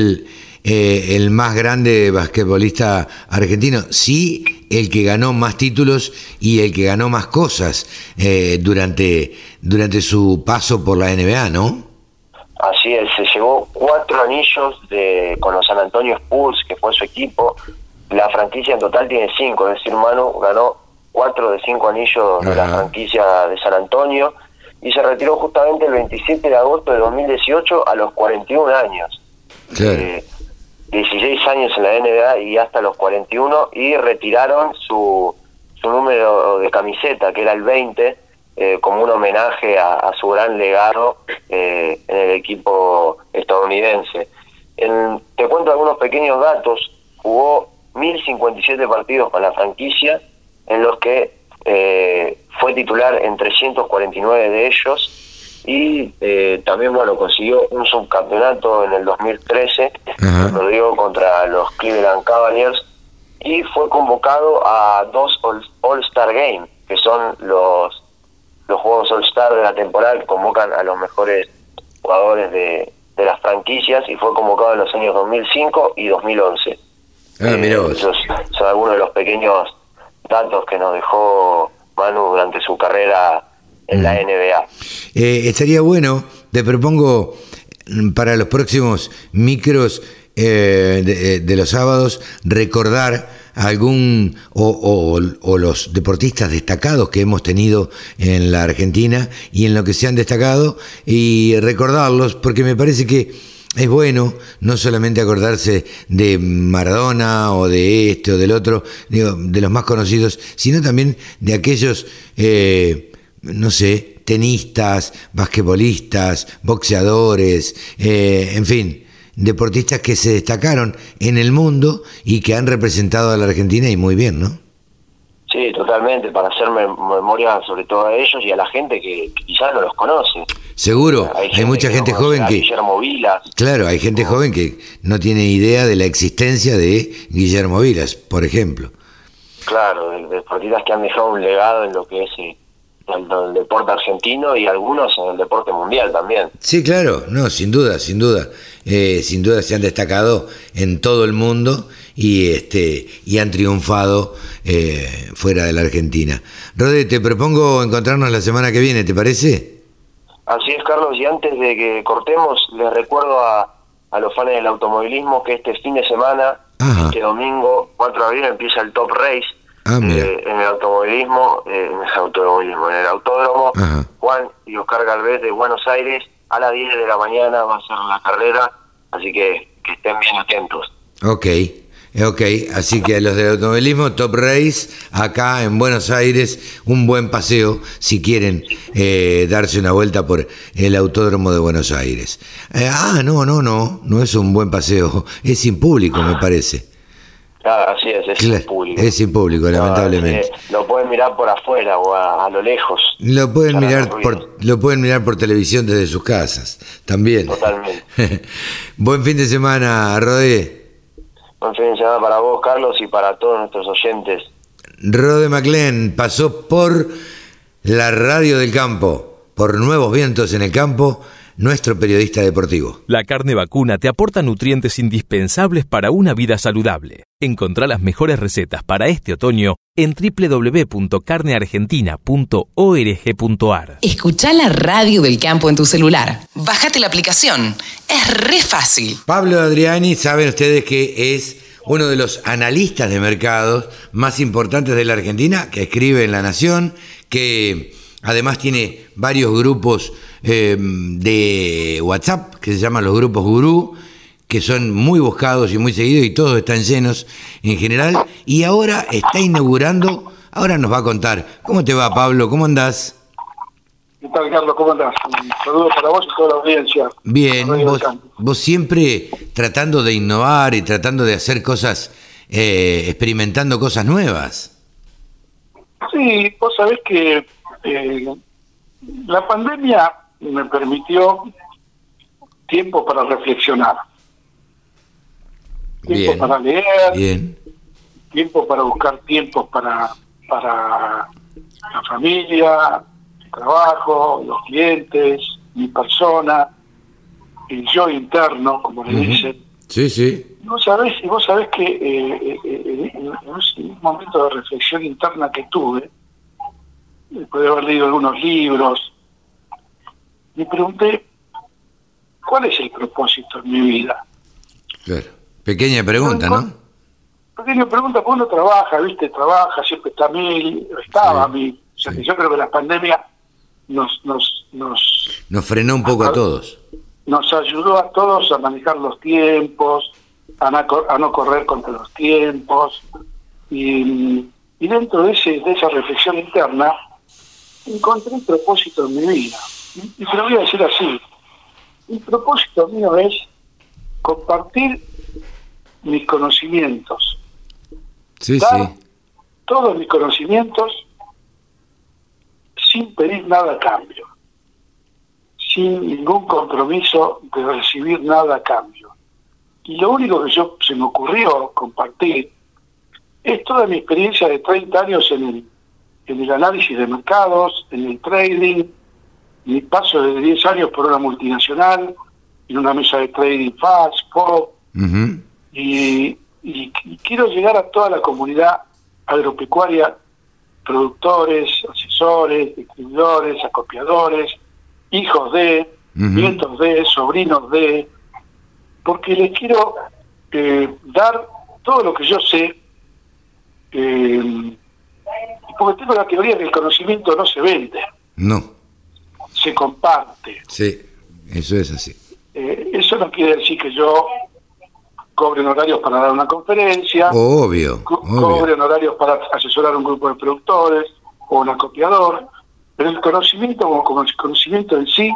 el más grande basquetbolista argentino, sí el que ganó más títulos y el que ganó más cosas durante su paso por la NBA, ¿no? Así es, se llevó 4 anillos con los San Antonio Spurs, que fue su equipo. La franquicia en total tiene 5, es decir, Manu ganó 4 de 5 anillos de la franquicia de San Antonio, y se retiró justamente el 27 de agosto de 2018 a los 41 años. Claro. 16 años en la NBA y hasta los 41, y retiraron su número de camiseta, que era el 20, como un homenaje a su gran legado en el equipo estadounidense. Te cuento algunos pequeños datos. Jugó 1057 partidos con la franquicia, en los que fue titular en 349 de ellos, y también consiguió un subcampeonato en el 2013, lo digo, contra los Cleveland Cavaliers, y fue convocado a 2 All-Star Game, que son los juegos All-Star de la temporada, que convocan a los mejores jugadores de las franquicias, y fue convocado en los años 2005 y 2011. Mirá vos. Esos son algunos de los pequeños datos que nos dejó Manu durante su carrera en la NBA. Estaría bueno, te propongo para los próximos micros de los sábados, recordar algún o los deportistas destacados que hemos tenido en la Argentina y en lo que se han destacado, y recordarlos, porque me parece que es bueno no solamente acordarse de Maradona o de este o del otro, digo, de los más conocidos, sino también de aquellos, no sé, tenistas, basquetbolistas, boxeadores, en fin, deportistas que se destacaron en el mundo y que han representado a la Argentina y muy bien, ¿no? Sí, totalmente, para hacer memoria sobre todo a ellos y a la gente que quizás no los conoce. Seguro, hay mucha gente joven que... Guillermo Vilas. Claro, hay gente joven que no tiene idea de la existencia de Guillermo Vilas, por ejemplo. Claro, de deportistas que han dejado un legado en lo que es el deporte argentino y algunos en el deporte mundial también. Sí, claro, no, sin duda, sin duda. Sin duda se han destacado en todo el mundo y han triunfado fuera de la Argentina. Rodé, te propongo encontrarnos la semana que viene, ¿te parece? Así es, Carlos, y antes de que cortemos, les recuerdo a los fans del automovilismo que este fin de semana, este domingo 4 de abril, empieza el Top Race en el automovilismo, en el autódromo. Juan y Oscar Galvez de Buenos Aires, a las 10 de la mañana va a ser la carrera, así que estén bien atentos. Ok, así que a los del automovilismo, Top Race, acá en Buenos Aires, un buen paseo si quieren darse una vuelta por el Autódromo de Buenos Aires. No es un buen paseo, es sin público, me parece. Así es sin público. Es sin público, lamentablemente. Lo pueden mirar por afuera o a lo lejos. Lo pueden mirar por televisión desde sus casas, también. Totalmente. Buen fin de semana, Rodé. Buen fin de semana para vos, Carlos, y para todos nuestros oyentes. Rodé McLean pasó por la Radio del Campo, por Nuevos Vientos en el Campo, nuestro periodista deportivo. La carne vacuna te aporta nutrientes indispensables para una vida saludable. Encontrá las mejores recetas para este otoño en www.carneargentina.org.ar. Escuchá la Radio del Campo en tu celular. Bájate la aplicación. Es re fácil. Pablo Adriani, saben ustedes que es uno de los analistas de mercados más importantes de la Argentina, que escribe en La Nación, que además tiene varios grupos de WhatsApp que se llaman los grupos gurú, que son muy buscados y muy seguidos y todos están llenos en general, y ahora está inaugurando, ahora nos va a contar. ¿Cómo te va, Pablo? ¿Cómo andás? ¿Qué tal, Carlos? ¿Cómo andás? Un saludo para vos y toda la audiencia. Bien, vos siempre tratando de innovar y tratando de hacer cosas, experimentando cosas nuevas. Sí, vos sabés que la pandemia me permitió tiempo para reflexionar, tiempo para leer, tiempo para buscar tiempos para la familia, el trabajo, los clientes, mi persona, el yo interno, como le dicen. Sí, sí. Y vos sabés que en un momento de reflexión interna que tuve, después de haber leído algunos libros, me pregunté, ¿cuál es el propósito en mi vida? Claro. Pequeña pregunta, ¿no? Pequeña pregunta, porque uno trabaja, trabaja, siempre está a mil, estaba a mil. O sea que yo creo que la pandemia nos frenó un poco a todos. Nos ayudó a todos a manejar los tiempos, a no correr contra los tiempos. Y dentro de esa reflexión interna, encontré un propósito en mi vida. Y te lo voy a decir así. El propósito mío es compartir mis conocimientos. Dar todos mis conocimientos sin pedir nada a cambio. Sin ningún compromiso de recibir nada a cambio. Y lo único que se me ocurrió compartir es toda mi experiencia de 30 años en el análisis de mercados, en el trading, mi paso de 10 años por una multinacional, en una mesa de trading fast, pop, y quiero llegar a toda la comunidad agropecuaria, productores, asesores, distribuidores, acopiadores, hijos de, nietos de, sobrinos de, porque les quiero dar todo lo que yo sé, porque tengo la teoría que el conocimiento no se vende. No. Se comparte. Sí, eso es así. Eso no quiere decir que yo cobre honorarios para dar una conferencia, obvio. cobre honorarios para asesorar a un grupo de productores o un acopiador, pero el conocimiento como el conocimiento en sí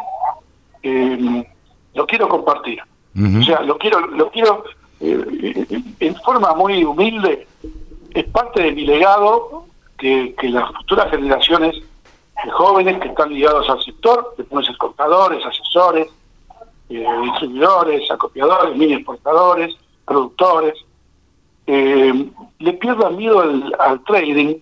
lo quiero compartir. O sea, lo quiero en forma muy humilde. Es parte de mi legado que las futuras generaciones de jóvenes que están ligados al sector, que pueden ser contadores, asesores, distribuidores, acopiadores, mini exportadores, productores, le pierdan miedo al trading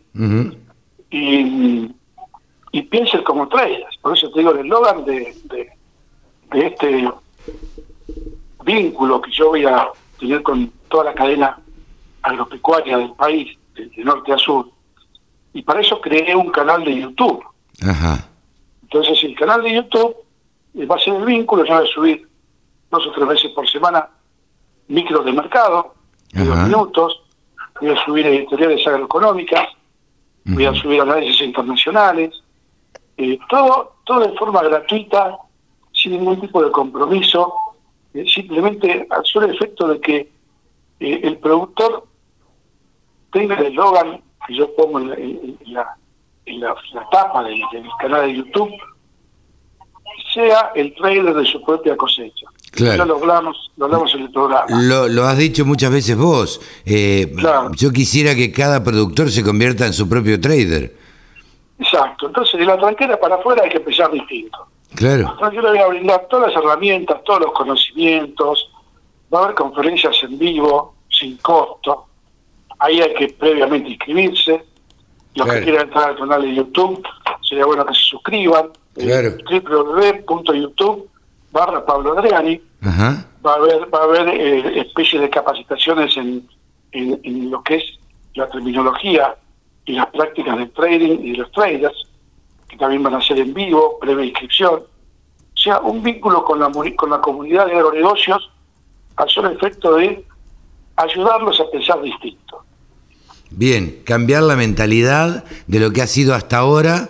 y piensen como traders. Por eso te digo, el eslogan de este vínculo que yo voy a tener con toda la cadena agropecuaria del país, de norte a sur, y para eso creé un canal de YouTube. Ajá. Entonces el canal de YouTube va a ser el vínculo. Yo voy a subir 2 o 3 veces por semana micros de mercado, de 2 minutos, voy a subir editoriales agroeconómicas, voy a subir análisis internacionales, todo de forma gratuita, sin ningún tipo de compromiso, simplemente al solo efecto de que el productor tenga el eslogan que yo pongo en la tapa del canal de YouTube, sea el trader de su propia cosecha. Claro. Ya lo hablamos en el programa. Lo has dicho muchas veces vos. Claro. Yo quisiera que cada productor se convierta en su propio trader. Exacto. Entonces, de la tranquera para afuera hay que empezar distinto. Claro. Yo le voy a brindar todas las herramientas, todos los conocimientos. Va a haber conferencias en vivo, sin costo. Ahí hay que previamente inscribirse. Los que quieran entrar al canal de YouTube, sería bueno que se suscriban. Claro. www.youtube.com/Pablo Adriani. Ajá. Va a haber especies de capacitaciones en lo que es la terminología y las prácticas del trading y de los traders, que también van a ser en vivo, previa inscripción. O sea, un vínculo con la comunidad de agronegocios al solo efecto de ayudarlos a pensar distinto. Bien, cambiar la mentalidad de lo que ha sido hasta ahora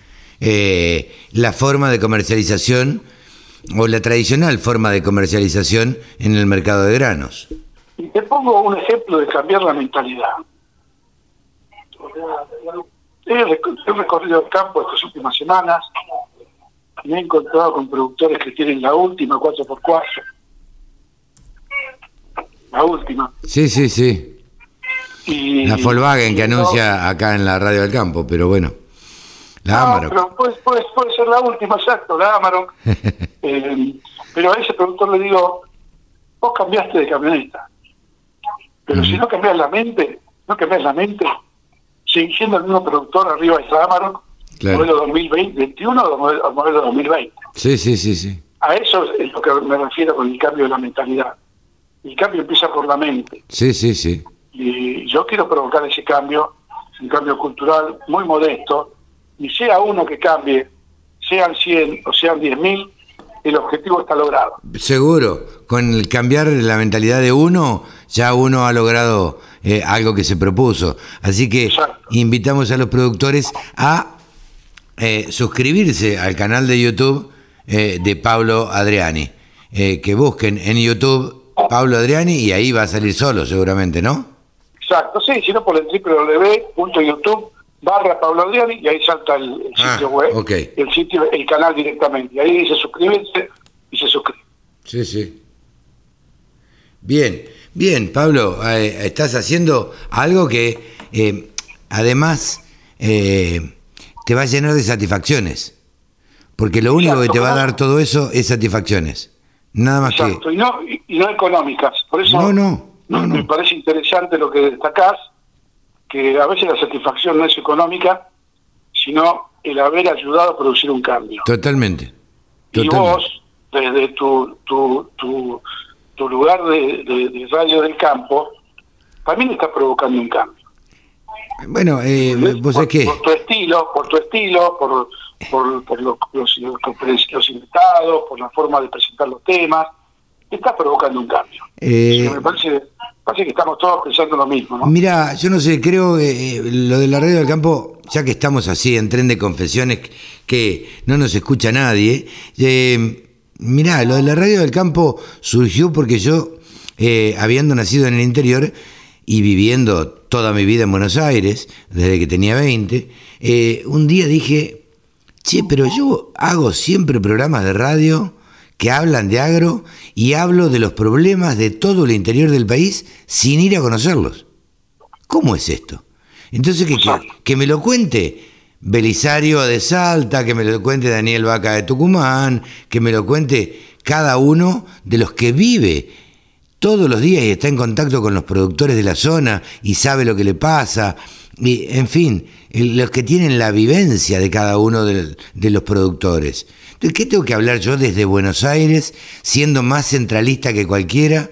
la forma de comercialización o la tradicional forma de comercialización en el mercado de granos. Y te pongo un ejemplo de cambiar la mentalidad. He recorrido el campo estas últimas semanas y me he encontrado con productores que tienen la última 4x4. La última. Sí. Y la Volkswagen que anuncia acá en la radio del campo, pero bueno. La Amarok. Pero puede ser la última, exacto, la Amarok. Pero a ese productor le digo, vos cambiaste de camioneta. Pero si no cambias la mente, sigue siendo el mismo productor arriba de esa Amarok, modelo 2021 o modelo 2020. Sí. A eso es lo que me refiero con el cambio de la mentalidad. El cambio empieza por la mente. Sí. Y yo quiero provocar ese cambio, un cambio cultural muy modesto, y sea uno que cambie, sean 100 o sean 10.000, el objetivo está logrado. Seguro, con el cambiar la mentalidad de uno, ya uno ha logrado algo que se propuso. Así que invitamos a los productores a suscribirse al canal de YouTube de Pablo Adriani. Que busquen en YouTube Pablo Adriani y ahí va a salir solo seguramente, ¿no? Exacto, sí, si no por el www.youtube.com/Pablo Adriani y ahí salta el sitio web, el canal directamente. Y ahí dice suscribirse y se suscribe. Sí. Bien, Pablo, estás haciendo algo que además te va a llenar de satisfacciones. Porque lo único que te va a dar todo eso es satisfacciones. Nada más que... Y no económicas. Por eso No. Me parece interesante lo que destacás, que a veces la satisfacción no es económica, sino el haber ayudado a producir un cambio. Totalmente. Y vos, desde tu lugar de radio del campo, también estás provocando un cambio. Bueno, vos sabés que... Por tu estilo, por los invitados, por la forma de presentar los temas, estás provocando un cambio. Me parece que estamos todos pensando lo mismo, ¿no? Mira, yo no sé, creo que lo de la radio del campo, ya que estamos así en tren de confesiones que no nos escucha nadie, Mirá, lo de la radio del campo surgió porque yo, habiendo nacido en el interior y viviendo toda mi vida en Buenos Aires, desde que tenía 20, un día dije, che, pero yo hago siempre programas de radio que hablan de agro y hablo de los problemas de todo el interior del país sin ir a conocerlos. ¿Cómo es esto? Entonces, que me lo cuente Belisario de Salta, que me lo cuente Daniel Vaca de Tucumán, que me lo cuente cada uno de los que vive todos los días y está en contacto con los productores de la zona y sabe lo que le pasa, y, en fin, los que tienen la vivencia de cada uno de los productores. Entonces, ¿qué tengo que hablar yo desde Buenos Aires, siendo más centralista que cualquiera,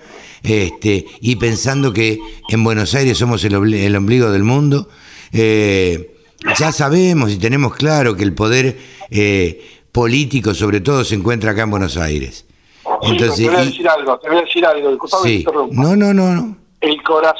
y pensando que en Buenos Aires somos el ombligo del mundo? Ya sabemos y tenemos claro que el poder político, sobre todo, se encuentra acá en Buenos Aires. Entonces, te voy a decir algo, disculpame que te interrumpa. No. El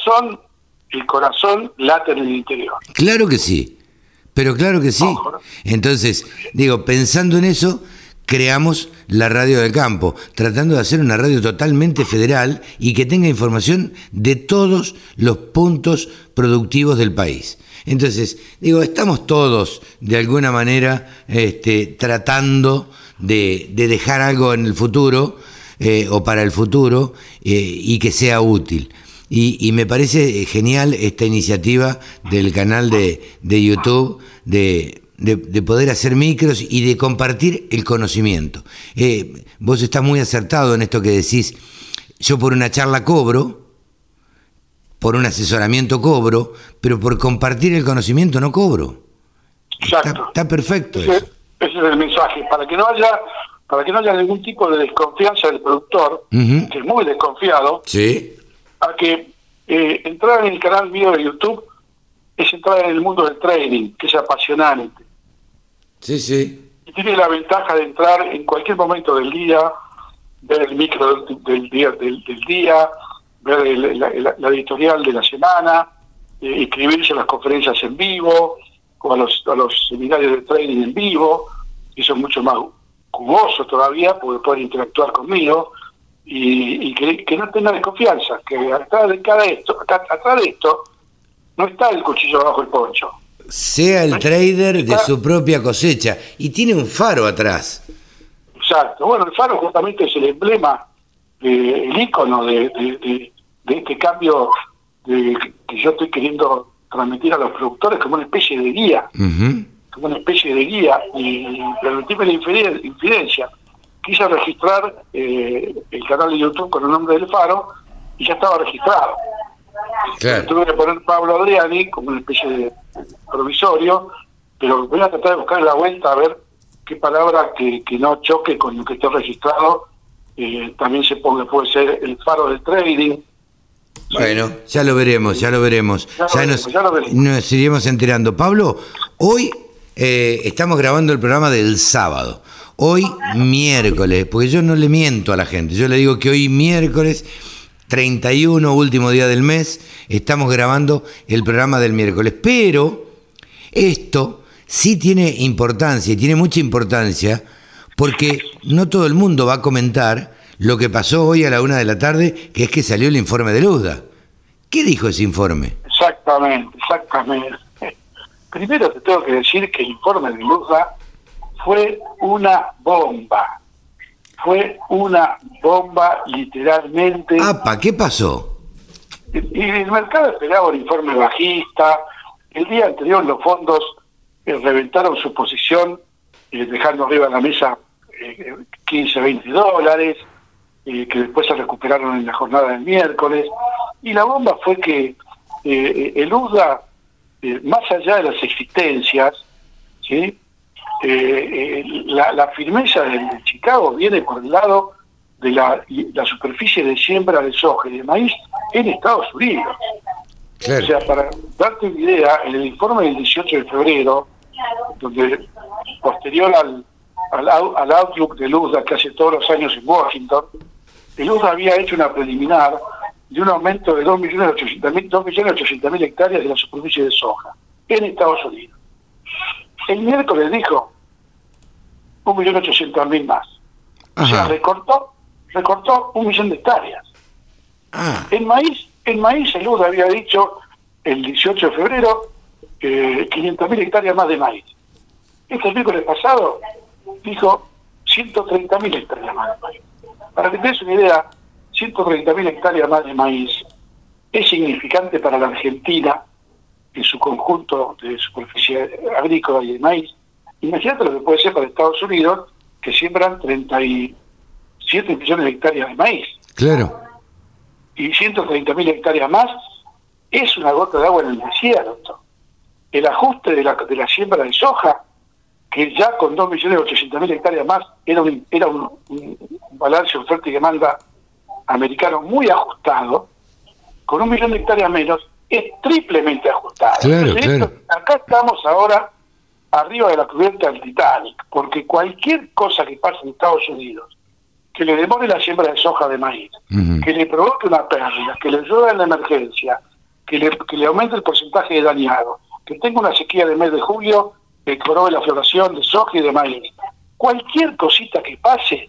corazón late en el interior. Claro que sí, pero claro que sí. Ojo. Entonces, digo, pensando en eso, creamos la radio del campo, tratando de hacer una radio totalmente federal y que tenga información de todos los puntos productivos del país. Entonces, digo, estamos todos, de alguna manera, tratando de dejar algo en el futuro, o para el futuro, y que sea útil. Y me parece genial esta iniciativa del canal de YouTube, de poder hacer micros y de compartir el conocimiento. Vos estás muy acertado en esto que decís, yo por una charla cobro, por un asesoramiento cobro, pero por compartir el conocimiento no cobro. Exacto. Está perfecto. Ese es el mensaje, para que no haya ningún tipo de desconfianza del productor, que es muy desconfiado, sí, a que entrar en el canal mío de YouTube es entrar en el mundo del trading, que es apasionante. Sí. Y tiene la ventaja de entrar en cualquier momento del día, ver el micro del día, ver la editorial de la semana, inscribirse a las conferencias en vivo, o a los seminarios de trading en vivo, y eso es mucho más jugoso todavía, porque pueden interactuar conmigo, y que no tenga desconfianza, que atrás de esto no está el cuchillo bajo el poncho. Sea el trader de su propia cosecha, y tiene un faro atrás. Exacto. Bueno, el faro justamente es el emblema, el ícono de este cambio que yo estoy queriendo transmitir a los productores como una especie de guía. Como una especie de guía, y permitirme la infidencia. Quise registrar el canal de YouTube con el nombre del Faro y ya estaba registrado. Claro. Tuve que poner Pablo Adriani como una especie de provisorio, pero voy a tratar de buscar la vuelta a ver qué palabra que no choque con lo que esté registrado también se ponga. Puede ser el Faro del trading. Bueno, ya lo veremos. Ya nos iremos enterando. Pablo, hoy estamos grabando el programa del sábado. Hoy miércoles, porque yo no le miento a la gente. Yo le digo que hoy miércoles 31, último día del mes, estamos grabando el programa del miércoles. Pero esto sí tiene importancia, y tiene mucha importancia, porque no todo el mundo va a comentar lo que pasó hoy a la 1 de la tarde, que es que salió el informe de Luzda. ¿Qué dijo ese informe? Exactamente. Primero te tengo que decir que el informe de Luzda fue una bomba. Fue una bomba, literalmente. ¡Apa! ¿Qué pasó? Y el mercado esperaba un informe bajista. El día anterior los fondos reventaron su posición, dejando arriba de la mesa 15, 20 dólares, que después se recuperaron en la jornada del miércoles. Y la bomba fue que el USDA, más allá de las existencias, ¿sí? La firmeza de Chicago viene por el lado de la superficie de siembra de soja y de maíz en Estados Unidos. Claro. O sea, para darte una idea, en el informe del 18 de febrero, donde posterior al outlook de USDA que hace todos los años en Washington, el USDA había hecho una preliminar de un aumento de 2.800.000 hectáreas de la superficie de soja en Estados Unidos. El miércoles dijo 1.800.000 más. O sea, recortó 1 millón de hectáreas. En maíz el UDA había dicho el 18 de febrero 500.000 hectáreas más de maíz. Este miércoles pasado dijo 130.000 hectáreas más de maíz. Para que te des una idea, 130.000 hectáreas más de maíz es significante para la Argentina en su conjunto de superficie agrícola y de maíz. Imagínate lo que puede ser para Estados Unidos, que siembran 37 millones de hectáreas de maíz. Claro. Y 130.000 hectáreas más es una gota de agua en el desierto. El ajuste de la siembra de soja, que ya con 2.800.000 hectáreas más era un balance oferta y demanda americano muy ajustado, con 1 millón de hectáreas menos es triplemente ajustado. Claro, Entonces, claro. Acá estamos ahora arriba de la cubierta del Titanic, porque cualquier cosa que pase en Estados Unidos, que le demore la siembra de soja de maíz, que le provoque una pérdida, que le ayude en la emergencia, que le aumente el porcentaje de dañado, que tenga una sequía del mes de julio, que corrobe la floración de soja y de maíz. Cualquier cosita que pase,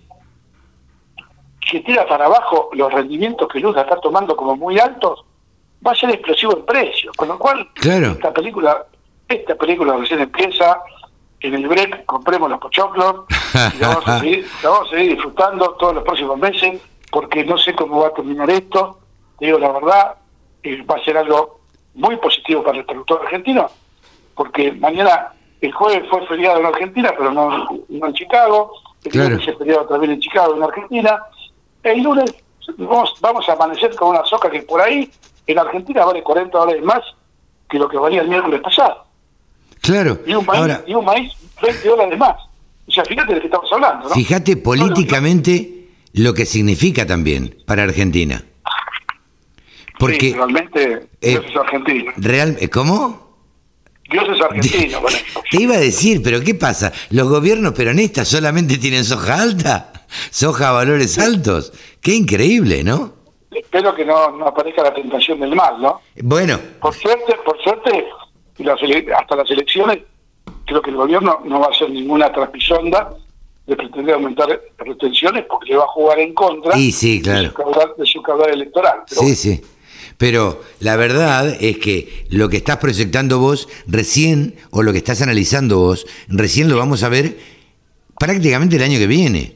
que tira para abajo los rendimientos que Lula está tomando como muy altos, va a ser explosivo el precio. Con lo cual, claro, esta película recién empieza. En el break compremos los pochoclos y la vamos a seguir disfrutando todos los próximos meses, porque no sé cómo va a terminar esto. Te digo la verdad, va a ser algo muy positivo para el productor argentino, porque mañana, el jueves fue feriado en Argentina, pero no en Chicago. El lunes es feriado también en Chicago, en Argentina. El lunes vamos a amanecer con una soja que por ahí en Argentina vale $40 más que lo que valía el miércoles pasado. Claro. Y un maíz $20 más. O sea, fíjate de qué estamos hablando, ¿no? Fíjate políticamente lo que significa también para Argentina. Porque sí, realmente Dios es argentino. ¿Cómo? Dios es argentino. Bueno. Te iba a decir, pero ¿qué pasa? ¿Los gobiernos peronistas solamente tienen soja alta? ¿Soja a valores altos? ¡Qué increíble!, ¿no? Espero que no aparezca la tentación del mal, ¿no? Bueno. Por suerte, hasta las elecciones, creo que el gobierno no va a hacer ninguna trapisonda de pretender aumentar retenciones, porque le va a jugar en contra claro, de su caudal electoral. Pero sí. Pero la verdad es que lo que estás proyectando vos recién, o lo que estás analizando vos, recién lo vamos a ver prácticamente el año que viene.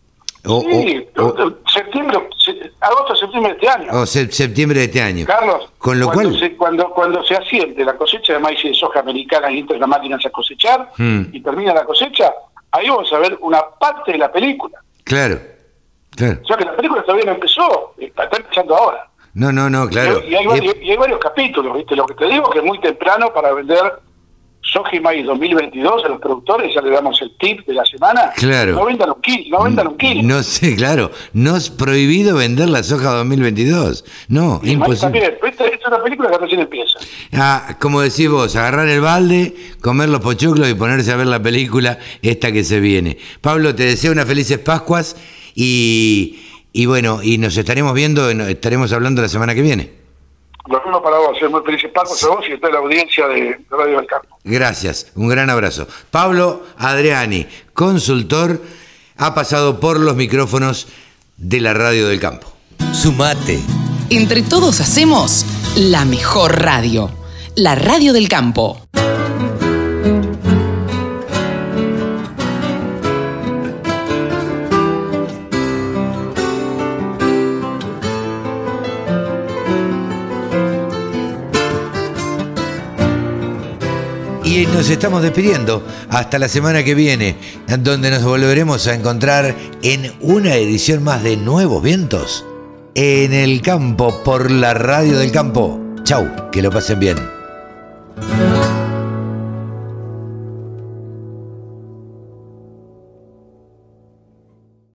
Agosto, septiembre de este año. O septiembre de este año. Carlos, con lo cual cuando se asiente la cosecha de maíz y de soja americana y entran las máquinas a cosechar y termina la cosecha, ahí vamos a ver una parte de la película. Claro. O sea que la película todavía no empezó, está empezando ahora. No, claro. Y hay varios capítulos, ¿viste? Lo que te digo que es muy temprano para vender soja y maíz 2022 a los productores, ya le damos el tip de la semana. Claro. No vendan un kilo. No sé, claro. No es prohibido vender la soja 2022. No, y imposible. También, esta es una película que recién empieza. Como decís vos, agarrar el balde, comer los pochoclos y ponerse a ver la película esta que se viene. Pablo, te deseo unas felices Pascuas y bueno, y nos estaremos viendo, estaremos hablando la semana que viene. Lo mismo para vos, muy felices Pascuas a vos y a toda la audiencia de Radio del Campo. Gracias, un gran abrazo. Pablo Adriani, consultor, ha pasado por los micrófonos de la Radio del Campo. Sumate. Entre todos hacemos la mejor radio, la Radio del Campo. Y nos estamos despidiendo hasta la semana que viene, donde nos volveremos a encontrar en una edición más de Nuevos Vientos en el Campo por la Radio del Campo. Chau, que lo pasen bien.